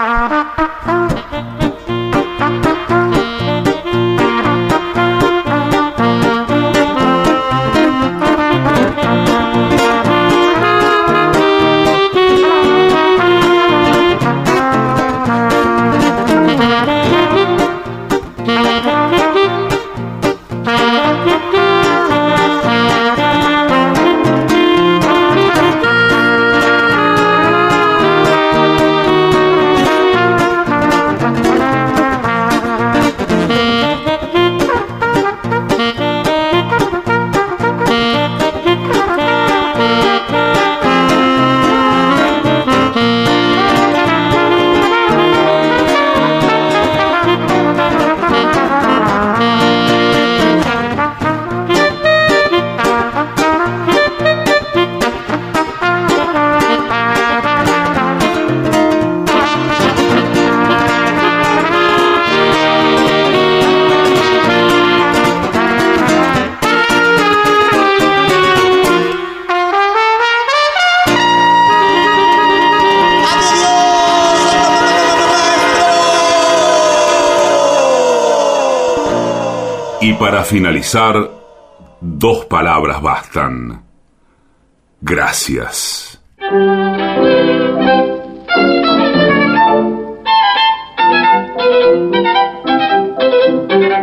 Y para finalizar, dos palabras bastan. Gracias.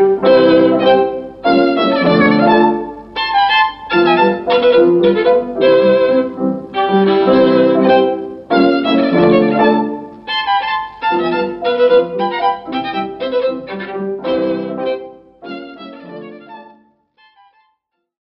Thank you.